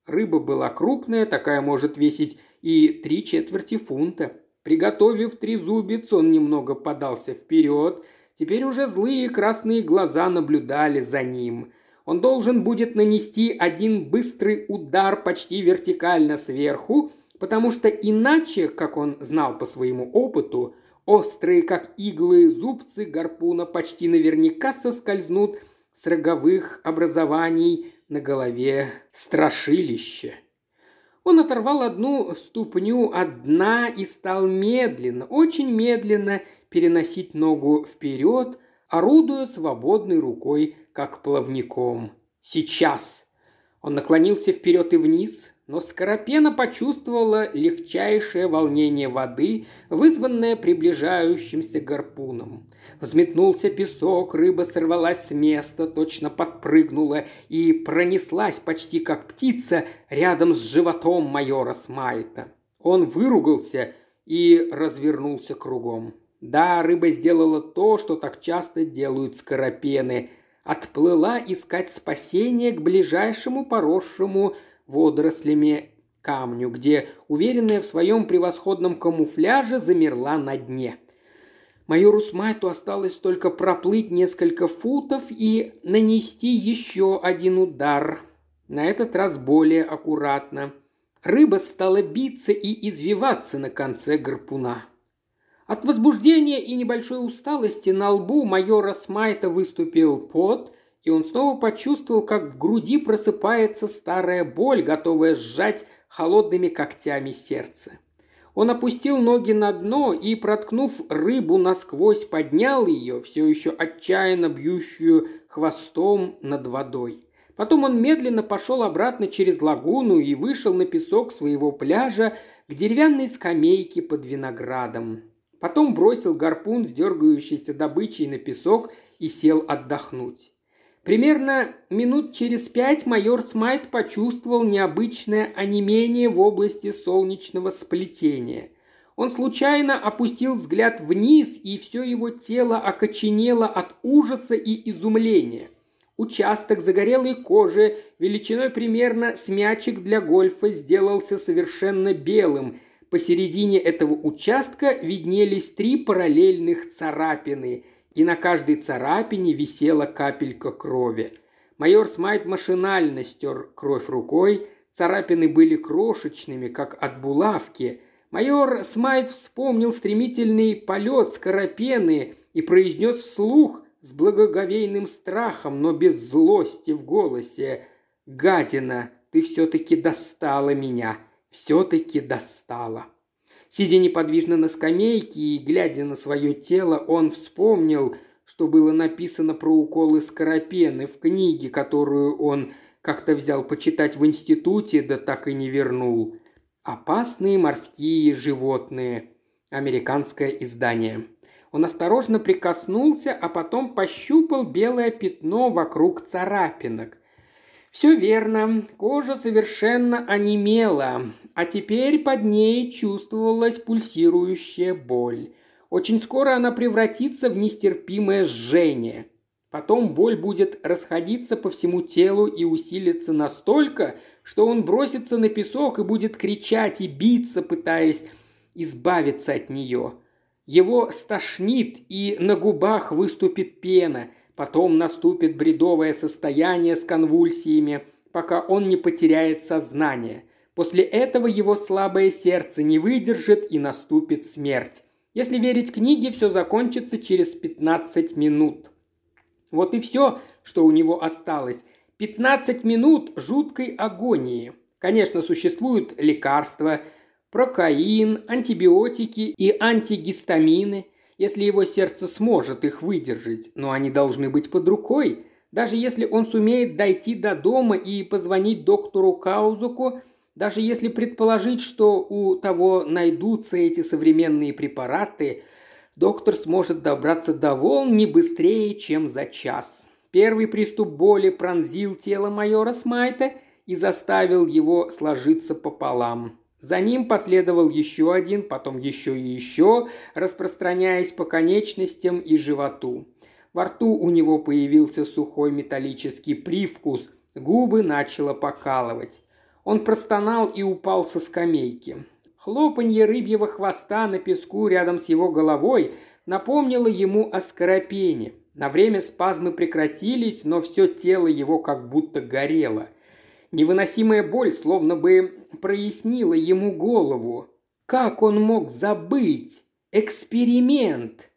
A: Рыба была крупная, такая может весить и 3/4 фунта. Приготовив трезубец, он немного подался вперед. Теперь уже злые красные глаза наблюдали за ним. Он должен будет нанести один быстрый удар почти вертикально сверху, потому что иначе, как он знал по своему опыту, острые, как иглы, зубцы гарпуна почти наверняка соскользнут с роговых образований на голове страшилища. Он оторвал одну ступню от дна и стал медленно, очень медленно переносить ногу вперед, орудуя свободной рукой, как плавником. Сейчас! Он наклонился вперед и вниз, но Скоропена почувствовала легчайшее волнение воды, вызванное приближающимся гарпуном. Взметнулся песок, рыба сорвалась с места, точно подпрыгнула и пронеслась почти как птица рядом с животом майора Смайта. Он выругался и развернулся кругом. Да, рыба сделала то, что так часто делают скоропены. Отплыла искать спасения к ближайшему поросшему водорослями камню, где, уверенная в своем превосходном камуфляже, замерла на дне. Майору Смайту осталось только проплыть несколько футов и нанести еще один удар, на этот раз более аккуратно. Рыба стала биться и извиваться на конце гарпуна. От возбуждения и небольшой усталости на лбу майора Смайта выступил пот, и он снова почувствовал, как в груди просыпается старая боль, готовая сжать холодными когтями сердце. Он опустил ноги на дно и, проткнув рыбу насквозь, поднял ее, все еще отчаянно бьющую хвостом над водой. Потом он медленно пошел обратно через лагуну и вышел на песок своего пляжа к деревянной скамейке под виноградом. Потом бросил гарпун с дергающейся добычей на песок и сел отдохнуть. Примерно минут через 5 майор Смайт почувствовал необычное онемение в области солнечного сплетения. Он случайно опустил взгляд вниз, и все его тело окоченело от ужаса и изумления. Участок загорелой кожи, величиной примерно с мячик для гольфа, сделался совершенно белым. Посередине этого участка виднелись 3 параллельных царапины, и на каждой царапине висела капелька крови. Майор Смайт машинально стер кровь рукой, царапины были крошечными, как от булавки. Майор Смайт вспомнил стремительный полет Скоропены и произнес вслух с благоговейным страхом, но без злости в голосе: «Гадина, ты все-таки достала меня, все-таки достала». Сидя неподвижно на скамейке и глядя на свое тело, он вспомнил, что было написано про уколы Скоропены в книге, которую он как-то взял почитать в институте, да так и не вернул. «Опасные морские животные». Американское издание. Он осторожно прикоснулся, а потом пощупал белое пятно вокруг царапинок. Все верно, кожа совершенно онемела, а теперь под ней чувствовалась пульсирующая боль. Очень скоро она превратится в нестерпимое жжение. Потом боль будет расходиться по всему телу и усилиться настолько, что он бросится на песок и будет кричать и биться, пытаясь избавиться от нее. Его стошнит, и на губах выступит пена. Потом наступит бредовое состояние с конвульсиями, пока он не потеряет сознание. После этого его слабое сердце не выдержит и наступит смерть. Если верить книге, все закончится через 15 минут. Вот и все, что у него осталось. 15 минут жуткой агонии. Конечно, существуют лекарства, прокаин, антибиотики и антигистамины, если его сердце сможет их выдержать, но они должны быть под рукой. Даже если он сумеет дойти до дома и позвонить доктору Каузуку, даже если предположить, что у того найдутся эти современные препараты, доктор сможет добраться до волн не быстрее, чем за час. Первый приступ боли пронзил тело майора Смайта и заставил его сложиться пополам. За ним последовал еще один, потом еще и еще, распространяясь по конечностям и животу. Во рту у него появился сухой металлический привкус, губы начало покалывать. Он простонал и упал со скамейки. Хлопанье рыбьего хвоста на песку рядом с его головой напомнило ему о скоропене. На время спазмы прекратились, но все тело его как будто горело. Невыносимая боль словно бы прояснила ему голову. Как он мог забыть? Эксперимент!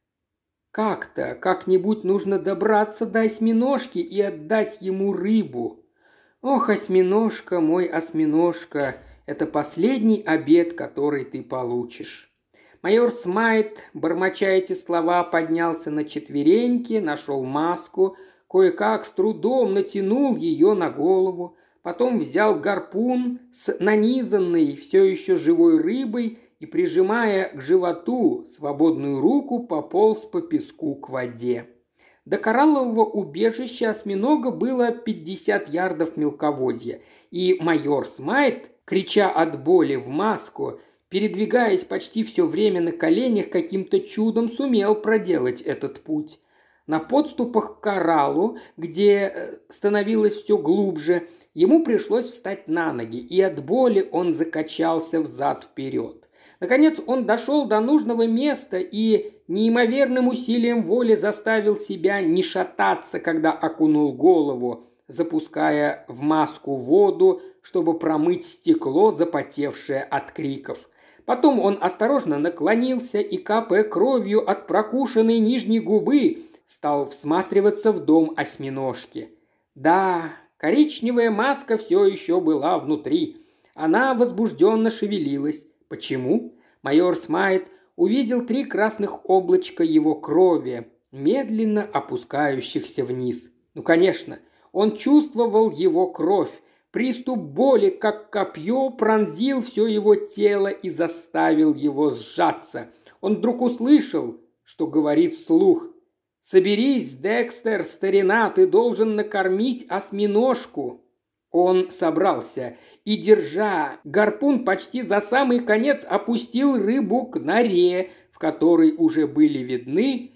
A: Как-нибудь нужно добраться до осьминожки и отдать ему рыбу. Ох, осьминожка, мой осьминожка, это последний обед, который ты получишь. Майор Смайт, бормоча эти слова, поднялся на четвереньки, нашел маску, кое-как с трудом натянул ее на голову, потом взял гарпун с нанизанной все еще живой рыбой и, прижимая к животу свободную руку, пополз по песку к воде. До кораллового убежища осьминога было 50 ярдов мелководья, и майор Смайт, крича от боли в маску, передвигаясь почти все время на коленях, каким-то чудом сумел проделать этот путь. На подступах к кораллу, где становилось все глубже, ему пришлось встать на ноги, и от боли он закачался взад-вперед. Наконец он дошел до нужного места и неимоверным усилием воли заставил себя не шататься, когда окунул голову, запуская в маску воду, чтобы промыть стекло, запотевшее от криков. Потом он осторожно наклонился и, капая кровью от прокушенной нижней губы, стал всматриваться в дом осьминожки. Да, коричневая маска все еще была внутри. Она возбужденно шевелилась. Почему? Майор Смайт увидел 3 красных облачка его крови, медленно опускающихся вниз. Ну, конечно, он чувствовал его кровь. Приступ боли, как копье, пронзил все его тело и заставил его сжаться. Он вдруг услышал, что говорит вслух. «Соберись, Декстер, старина, ты должен накормить осьминожку». Он собрался и, держа гарпун почти за самый конец, опустил рыбу к норе, в которой уже были видны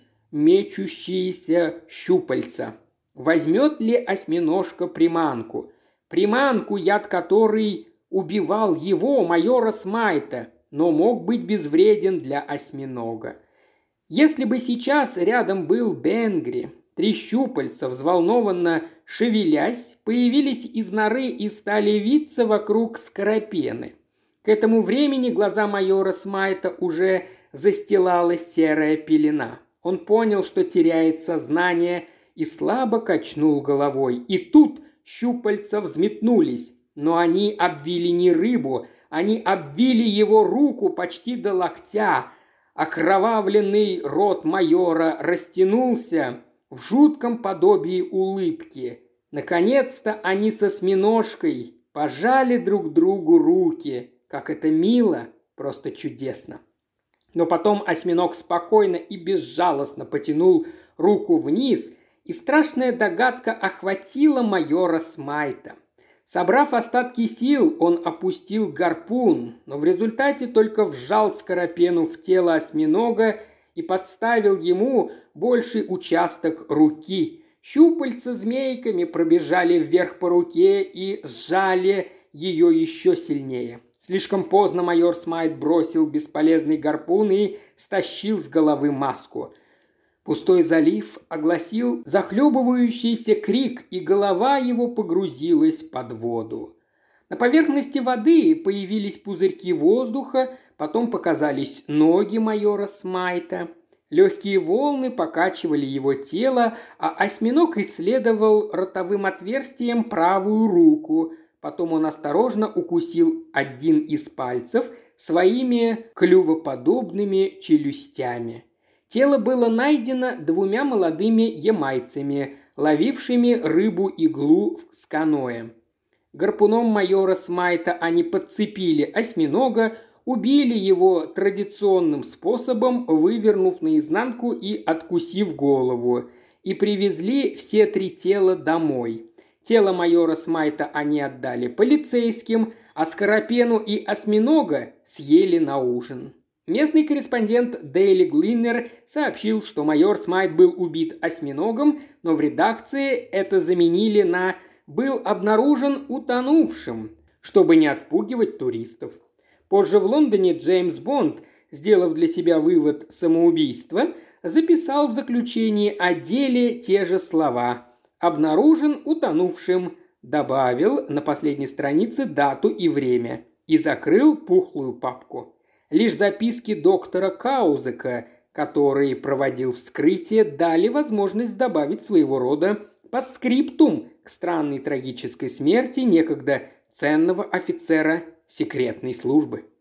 A: мечущиеся щупальца. Возьмет ли осьминожка приманку? Приманку, яд которой убивал его, майора Смайта, но мог быть безвреден для осьминога. Если бы сейчас рядом был Бенгри, 3 щупальца, взволнованно шевелясь, появились из норы и стали виться вокруг скоропены. К этому времени глаза майора Смайта уже застилала серая пелена. Он понял, что теряет сознание, и слабо качнул головой. И тут щупальца взметнулись, но они обвили не рыбу, они обвили его руку почти до локтя. Окровавленный рот майора растянулся в жутком подобии улыбки. Наконец-то они с осьминожкой пожали друг другу руки. Как это мило, просто чудесно. Но потом осьминог спокойно и безжалостно потянул руку вниз, и страшная догадка охватила майора Смайта. Собрав остатки сил, он опустил гарпун, но в результате только вжал скоропену в тело осьминога и подставил ему больший участок руки. Щупальца змейками пробежали вверх по руке и сжали ее еще сильнее. Слишком поздно майор Смайт бросил бесполезный гарпун и стащил с головы маску. Пустой залив огласил захлебывающийся крик, и голова его погрузилась под воду. На поверхности воды появились пузырьки воздуха, потом показались ноги майора Смайта. Легкие волны покачивали его тело, а осьминог исследовал ротовым отверстием правую руку. Потом он осторожно укусил один из пальцев своими клювоподобными челюстями. Тело было найдено 2 молодыми ямайцами, ловившими рыбу-иглу с каноэ. Гарпуном майора Смайта они подцепили осьминога, убили его традиционным способом, вывернув наизнанку и откусив голову, и привезли все 3 тела домой. Тело майора Смайта они отдали полицейским, а скоропену и осьминога съели на ужин. Местный корреспондент Daily Gleaner сообщил, что майор Смайт был убит осьминогом, но в редакции это заменили на «был обнаружен утонувшим», чтобы не отпугивать туристов. Позже в Лондоне Джеймс Бонд, сделав для себя вывод самоубийства, записал в заключении о деле те же слова «обнаружен утонувшим», добавил на последней странице дату и время и закрыл пухлую папку. Лишь записки доктора Каузека, который проводил вскрытие, дали возможность добавить своего рода постскриптум к странной трагической смерти некогда ценного офицера секретной службы.